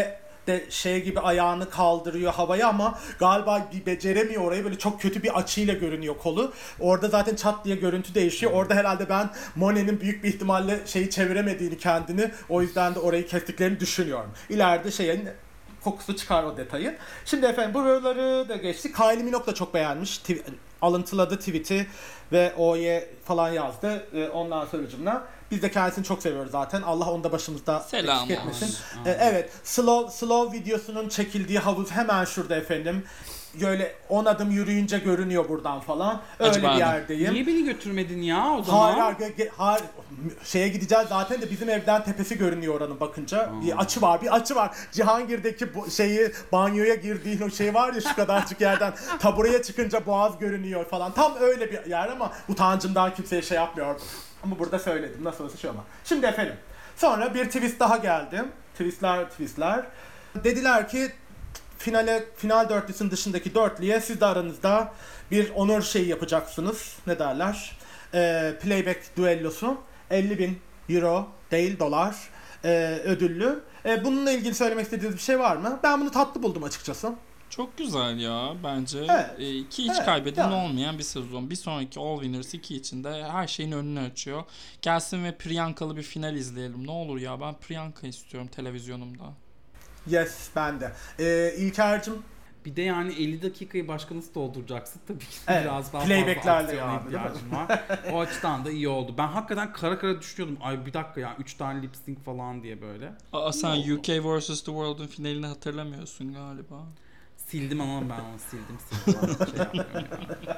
de şey gibi ayağını kaldırıyor havaya ama galiba bir beceremiyor orayı. Böyle çok kötü bir açıyla görünüyor kolu. Orada zaten çat diye görüntü değişiyor. Orada herhalde ben Monet'in büyük bir ihtimalle şeyi çeviremediğini kendini, o yüzden de orayı kestiklerini düşünüyorum. İleride şeyin kokusu çıkar o detayı. Şimdi efendim buraları da geçtik. Kylie Minogue da çok beğenmiş. Tw- alıntıladı tweet'i ve O'ye falan yazdı. Ee, ondan sonracığımla. Biz de kendisini çok seviyoruz zaten. Allah onu da başımızda
Selam
eksik etmesin.
olsun.
Ee, evet. Slow, slow videosunun çekildiği havuz hemen şurada efendim. Böyle on adım yürüyünce görünüyor buradan falan. Öyle
Acaba
bir
abi,
yerdeyim.
Niye beni götürmedin ya o zaman?
Hayır, hayır, ge- ge- hayır, şeye gideceğiz zaten de bizim evden tepesi görünüyor oranın bakınca.
Hmm.
Bir açı var, bir açı var. Cihangir'deki bu şeyi banyoya girdiğin o şey var ya şu kadarcık yerden tabureye çıkınca boğaz görünüyor falan. Tam öyle bir yer ama utancımdan kimseye şey yapmıyor. Ama burada söyledim nasıl olsa şey ama. Şimdi efendim sonra bir twist daha geldi. Twistler twistler. Dediler ki finale final dörtlüsünün dışındaki dörtlüye siz de aranızda bir onur şeyi yapacaksınız. Ne derler? Ee, playback düellosu. elli bin euro değil dolar ee, ödüllü. Ee, bununla ilgili söylemek istediğiniz bir şey var mı? Ben bunu tatlı buldum açıkçası.
Çok güzel ya bence.
Evet.
Ee, ki hiç
Evet,
kaybeden
yani.
olmayan bir sezon. Bir sonraki All Winners iki için de her şeyin önünü açıyor. Gelsin ve Priyanka'lı bir final izleyelim. Ne olur ya, ben Priyanka istiyorum televizyonumda.
Yes, ben de. Ee, İlker'cim
Bir de yani elli dakikayı başka nasıl dolduracaksın? Tabii ki
Evet,
biraz daha
playback'lerle
fazla aksiyona
yani, değil mi?
ihtiyacım var. O açıdan da iyi oldu. Ben hakikaten kara kara düşünüyordum. Ay bir dakika ya üç tane lip sync falan diye böyle.
Aa, sen U K versus. The World'un finalini hatırlamıyorsun galiba.
Sildim ama ben onu sildim sildim. Şey yapmıyorum ya.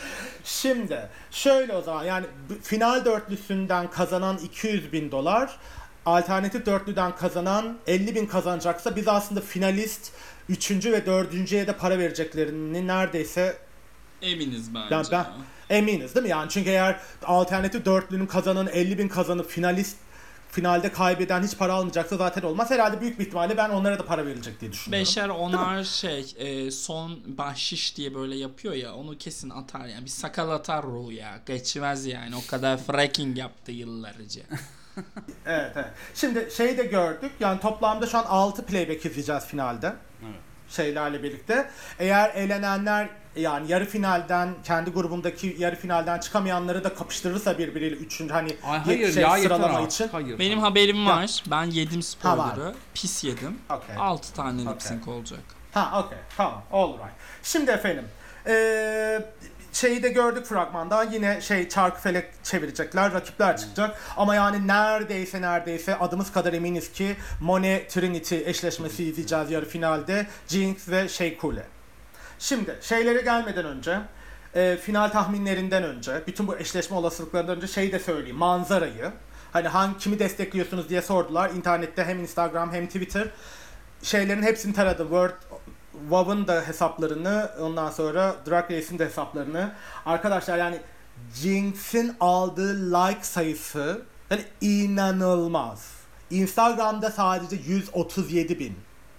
şimdi şöyle o zaman yani b- final dörtlüsünden kazanan iki yüz bin dolar, alternatif dörtlüden kazanan elli bin kazanacaksa biz aslında finalist üçüncü ve dördüncüye de para vereceklerini neredeyse
Eminiz bence.
Yani ben-
ya.
eminiz değil mi? Yani çünkü eğer alternatif dörtlünün kazananı elli bin kazanıp finalist finalde kaybeden hiç para almayacaksa zaten olmaz. Herhalde büyük bir ihtimalle ben onlara da para verilecek diye düşünüyorum.
Beşer onar şey e, son bahşiş diye böyle yapıyor ya, onu kesin atar yani, bir sakal atar ruh ya, geçmez yani, o kadar fracking yaptı yıllarca.
Evet, evet. Şimdi şeyi de gördük. Yani toplamda şu an altı playback izleyeceğiz finalde.
Evet.
Şeylerle birlikte. Eğer elenenler yani yarı finalden kendi grubundaki yarı finalden çıkamayanları da kapıştırırsa birbiriyle üçüncü hani
Ay
ye-
hayır
şey,
ya yeter
sıralama
artık.
için.
Hayır.
Benim
hayır.
haberim var, ben yedim
Ha, var.
spoiler'ı, pis yedim.
Okay.
altı tane
Okay.
lip sync olacak.
Ha, okey. Tamam. All right. Şimdi efendim eee şeyi de gördük fragmandan, yine şey çarkı felek çevirecekler, rakipler çıkacak ama yani neredeyse neredeyse adımız kadar eminiz ki Monet Trinity eşleşmesi izleyeceğiz yarı finalde, Jinx ve Shea Coulee. Şimdi şeylere gelmeden önce e, final tahminlerinden önce bütün bu eşleşme olasılıklarından önce şey de söyleyeyim, manzarayı hani hangi kimi destekliyorsunuz diye sordular internette, hem Instagram hem Twitter, şeylerin hepsini taradım. World WoW'un da hesaplarını, ondan sonra Drag Race'in de hesaplarını. Arkadaşlar yani Jinx'in aldığı like sayısı yani inanılmaz. Instagram'da sadece yüz otuz yedi bin.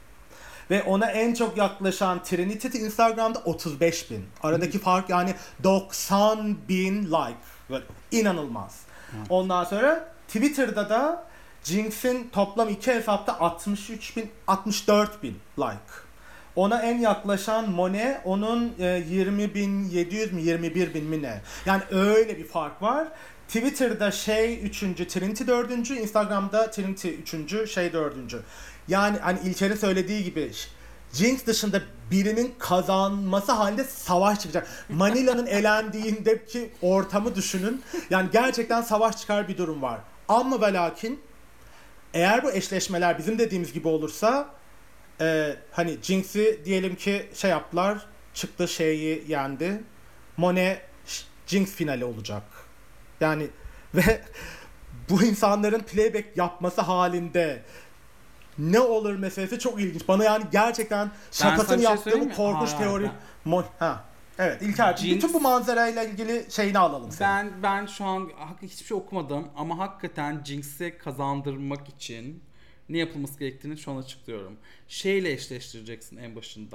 Ve ona en çok yaklaşan Trinity Instagram'da otuz beş bin. Aradaki fark yani doksan bin like. Böyle inanılmaz. Ondan sonra Twitter'da da Jinx'in toplam iki hesapta altmış üç bin, altmış dört bin like. Ona en yaklaşan Monet, onun e, yirmi bin yedi yüz mi yirmi bir bin mi ne? Yani öyle bir fark var. Twitter'da şey üçüncü, Trinity dördüncü, Instagram'da Trinity üçüncü, şey dördüncü. Yani hani İlker'in söylediği gibi Jinx dışında birinin kazanması halinde savaş çıkacak. Manila'nın elendiğindeki ortamı düşünün. Yani gerçekten savaş çıkar bir durum var. Ama ve lakin eğer bu eşleşmeler bizim dediğimiz gibi olursa e, hani Jinx'i diyelim ki şey yaptılar, çıktı şeyi yendi. Monet Jinx finali olacak. Yani ve bu insanların playback yapması halinde ne olur meselesi çok ilginç. Bana yani gerçekten
sana
şakasını
bir şey
yaptığım
söyleyeyim mi?
korkunç
Hayır,
teori.
ben-
Mo- ha. Evet İlker,
Jinx-
bütün bu manzarayla ilgili şeyini alalım senin.
Ben ben şu an hak- hiçbir şey okumadım ama hakikaten Jinx'e kazandırmak için ne yapılması gerektiğini şu an açıklıyorum. Şeyle eşleştireceksin en başında.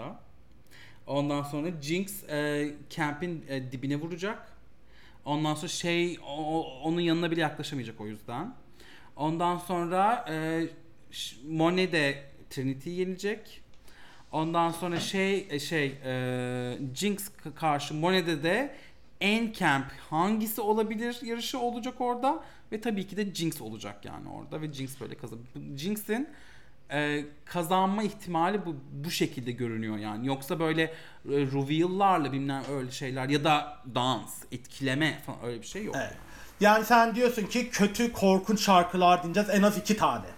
Ondan sonra Jinx e, camp'in e, dibine vuracak. Ondan sonra şey o- o- onun yanına bile yaklaşamayacak o yüzden. Ondan sonra e, ş- Monet de Trinity'yi yenecek. Ondan sonra şey şey e, Jinx karşı Monet'de de Encamp hangisi olabilir yarışı olacak orada ve tabii ki de Jinx olacak yani orada ve Jinx böyle kazan. Jinx'in e, kazanma ihtimali bu bu şekilde görünüyor yani. Yoksa böyle e, reveal'larla bilmem öyle şeyler ya da dans, etkileme falan öyle bir şey yok.
Evet. Yani sen diyorsun ki kötü korkunç şarkılar dinleyeceğiz en az iki tane.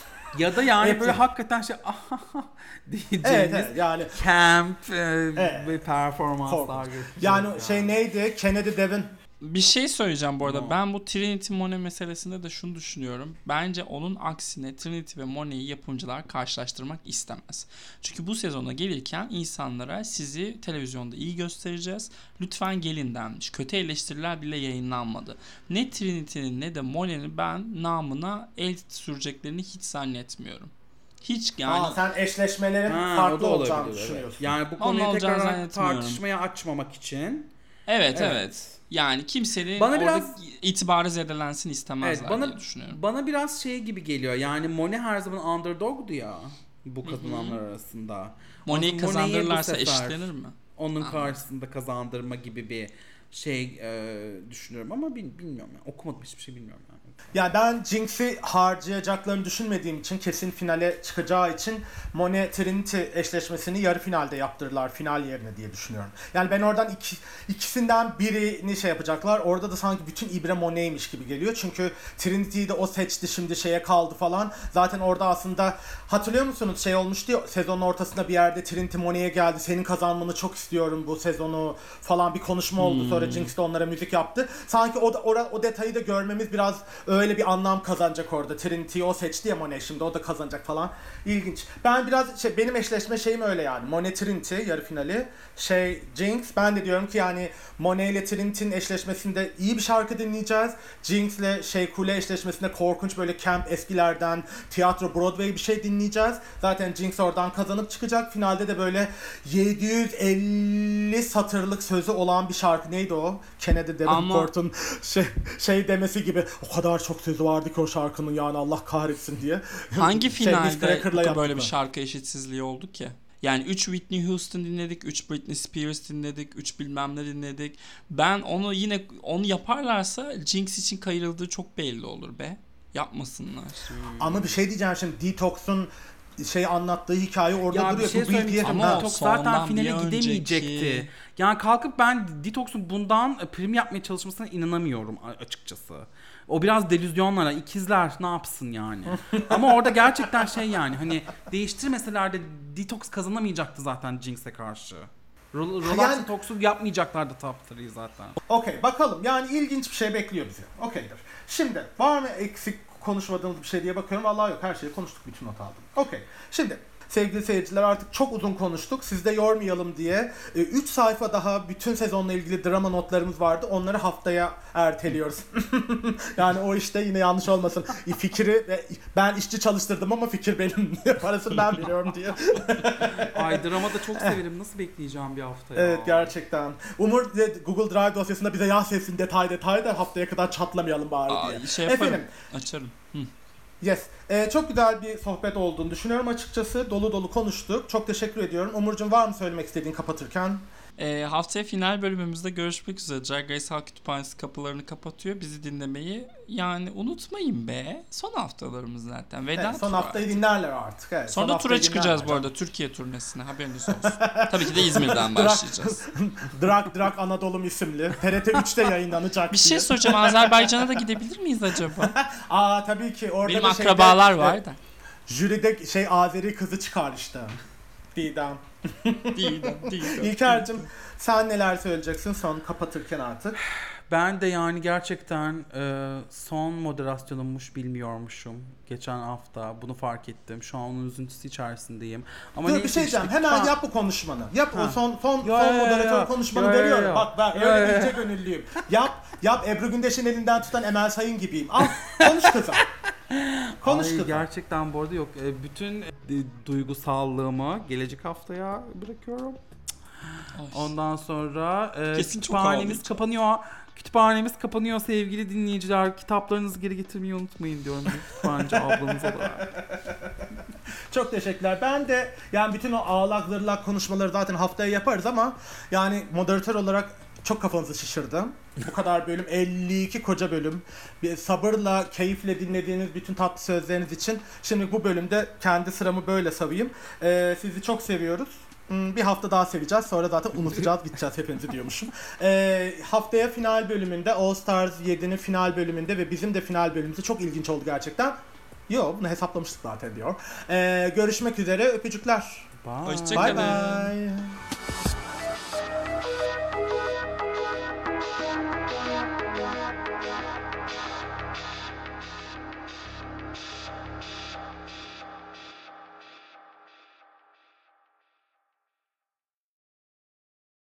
Ya da yani
Hepsi.
böyle hakikaten şey diyeceğimiz
Evet, evet yani
camp e,
Evet.
ve performanslar
korkunç.
göreceğiz
Yani şey neydi? Kennedy Devon.
Bir şey söyleyeceğim bu arada.
No.
Ben bu Trinity Monet meselesinde de şunu düşünüyorum. Bence onun aksine Trinity ve Monet'i yapımcılar karşılaştırmak istemez. Çünkü bu sezona gelirken insanlara sizi televizyonda iyi göstereceğiz. Lütfen gelin denmiş. Kötü eleştiriler bile yayınlanmadı. Ne Trinity'nin ne de Monet'in ben namına el süreceklerini hiç zannetmiyorum. Hiç yani.
Aa, sen eşleşmelerin
Ha, o
farklı
da
olacağını
olabilir, evet.
düşünüyorsun.
Yani bu
Onun
konuyu
olacağını
tekrar
zannetmiyorum.
tartışmaya açmamak için.
Evet,
Evet.
evet. Yani kimsenin
Bana
orada
biraz-
itibarı zedelensin istemezler
Evet, bana
diye düşünüyorum.
bana biraz şey gibi geliyor. Yani Monet her zaman underdog'du ya bu kazananlar arasında.
Monet'i
Mone'yi bu
kazandırırlarsa
sefer
eşitlenir mi?
Onun
Anladım.
karşısında kazandırma gibi bir şey e, düşünüyorum ama bil, bilmiyorum yani. Okumadım, hiçbir şey bilmiyorum yani.
Yani ben Jinx'i harcayacaklarını düşünmediğim için, kesin finale çıkacağı için Monet Trinity eşleşmesini yarı finalde yaptırırlar final yerine diye düşünüyorum. Yani ben oradan iki, ikisinden birini şey yapacaklar. Orada da sanki bütün ibre Monet'ymiş gibi geliyor. Çünkü Trinity'yi de o seçti, şimdi şeye kaldı falan. Zaten orada aslında hatırlıyor musunuz şey olmuştu ya, sezonun ortasında bir yerde Trinity Monet'e geldi. Senin kazanmanı çok istiyorum bu sezonu falan bir konuşma oldu.
Hmm.
Sonra Jinx de onlara müzik yaptı. Sanki o, da, o, o detayı da görmemiz biraz öyle bir anlam kazanacak orada. Trinity'yi o seçti ya Monet, şimdi o da kazanacak falan. İlginç. Ben biraz şey, benim eşleşme şeyim öyle yani. Monet Trinity yarı finali. Şey Jinx, ben de diyorum ki yani Monet ile Trinity'nin eşleşmesinde iyi bir şarkı dinleyeceğiz. Jinx ile şey Kule eşleşmesinde korkunç böyle camp eskilerden tiyatro Broadway bir şey dinleyeceğiz. Zaten Jinx oradan kazanıp çıkacak. Finalde de böyle yedi yüz elli satırlık sözü olan bir şarkı, neydi o? Kennedy Davenport'un şey, şey demesi gibi, o kadar çok sözü vardı ki o şarkının yani Allah kahretsin diye.
Hangi
Şey, Miss
finalde
Cracker'la
böyle
yaptılar.
bir şarkı eşitsizliği oldu ki? Yani üç Whitney Houston dinledik, üç Britney Spears dinledik, üç bilmem ne dinledik. Ben onu yine onu yaparlarsa Jinx için kayırıldığı çok belli olur be. Yapmasınlar.
Ama bir şey diyeceğim şimdi, Detox'un şey anlattığı hikaye orada
Ya bir
duruyor.
şey
Bu
söyleyeyim,
bilgiye
ama
Ha.
Detox zaten
sondan
finale
bir
gidemeyecekti.
önceki-
Yani kalkıp ben Detox'un bundan prim yapmaya çalışmasına inanamıyorum açıkçası. O biraz delüzyonlara, ikizler ne yapsın yani. Ama orada gerçekten şey yani hani değiştirmeseler de Detox kazanamayacaktı zaten Jinx'e karşı. Rol- Relax
Yani-
Detox'u yapmayacaklardı top üç'ü zaten.
Okey, bakalım yani ilginç bir şey bekliyor bizi. Okeydir. Şimdi var mı eksik konuşmadığımız bir şey diye bakıyorum. Vallahi yok, her şeyi konuştuk, bütün not aldım. Okey. Şimdi sevgili seyirciler, artık çok uzun konuştuk. Sizi de yormayalım diye üç sayfa daha bütün sezonla ilgili drama notlarımız vardı. Onları haftaya erteliyoruz. Yani o işte yine yanlış olmasın. Fikri ben işçi çalıştırdım ama fikir benim. Parasını ben veriyorum diye.
Ay drama da çok severim. Nasıl bekleyeceğim bir hafta ya?
Evet, gerçekten. Umur Google Drive dosyasında bize yaz sesini detay detay da haftaya kadar çatlamayalım bari
Aa,
diye.
şey yaparım.
Efendim.
Açarım. Hı.
Yes. Ee, çok güzel bir sohbet olduğunu düşünüyorum açıkçası. Dolu dolu konuştuk. Çok teşekkür ediyorum. Umurcuğum, var mı söylemek istediğin kapatırken?
E, haftaya final bölümümüzde görüşmek üzere. Drag Race Halk Kütüphanesi kapılarını kapatıyor. Bizi dinlemeyi yani unutmayın be. Son haftalarımız zaten. Veda
Evet, son
turu
haftayı
artık.
dinlerler artık. Evet,
Sonra
son
da tura
haftayı
çıkacağız bu
dinlerler.
arada. Türkiye turnesine. Haberiniz olsun. Tabii ki de İzmir'den başlayacağız.
Drag Drag Anadolu isimli. T R T üçte yayınlanacak
Bir şey
diye.
soracağım. Azerbaycan'a da gidebilir miyiz acaba?
Aa, tabii ki. Orada
Benim
da şeyde,
akrabalar
e,
var da.
Jüride şey Azeri kızı çıkar işte. Didem.
Değil de, değil de.
İlker'cim, sen neler söyleyeceksin son kapatırken artık?
Ben de yani gerçekten e, son moderasyonummuş bilmiyormuşum. Geçen hafta bunu fark ettim. Şu an onun üzüntüsü içerisindeyim. Ama
Dur,
neyse
bir şey
işte,
diyeceğim. Hemen
lütfen-
yap bu konuşmanı. Yap o
Ha.
son son
Ya,
son
ya, ya,
moderatör
ya.
konuşmanı
Ya, ya,
veriyorum.
ya.
Bak ben
Ya,
öyle
ya,
ince
ya.
gönüllüyüm. Yap yap Ebru Gündeş'in elinden tutan Emel Sayın gibiyim. Al konuş kızım. Konuş
Ay,
kızım.
gerçekten bu arada yok. E, bütün e, duygusallığımı gelecek haftaya bırakıyorum.
Ay.
Ondan sonra e,
Kesin çok
kütüphanemiz
ağlayacağım.
kapanıyor. Kütüphanemiz kapanıyor sevgili dinleyiciler. Kitaplarınızı geri getirmeyi unutmayın diyorum bir kütüphaneci ablamız olarak.
Çok teşekkürler. Ben de yani bütün o ağlak zırlak konuşmaları zaten haftaya yaparız ama yani moderatör olarak çok kafanızı şişirdim. Bu kadar bölüm, elli iki koca bölüm. Bir sabırla, keyifle dinlediğiniz bütün tatlı sözleriniz için şimdi bu bölümde kendi sıramı böyle savayım. Ee, sizi çok seviyoruz. Hmm, Bir hafta daha seveceğiz. Sonra zaten unutacağız, gideceğiz hepinizi diyormuşum. Ee, haftaya final bölümünde, All Stars yedi'nin final bölümünde ve bizim de final bölümümüzde çok ilginç oldu gerçekten. Yo, bunu hesaplamıştık zaten diyor. Ee, görüşmek üzere, öpücükler.
Bye.
Hoşça
Bye
kalın.
bye.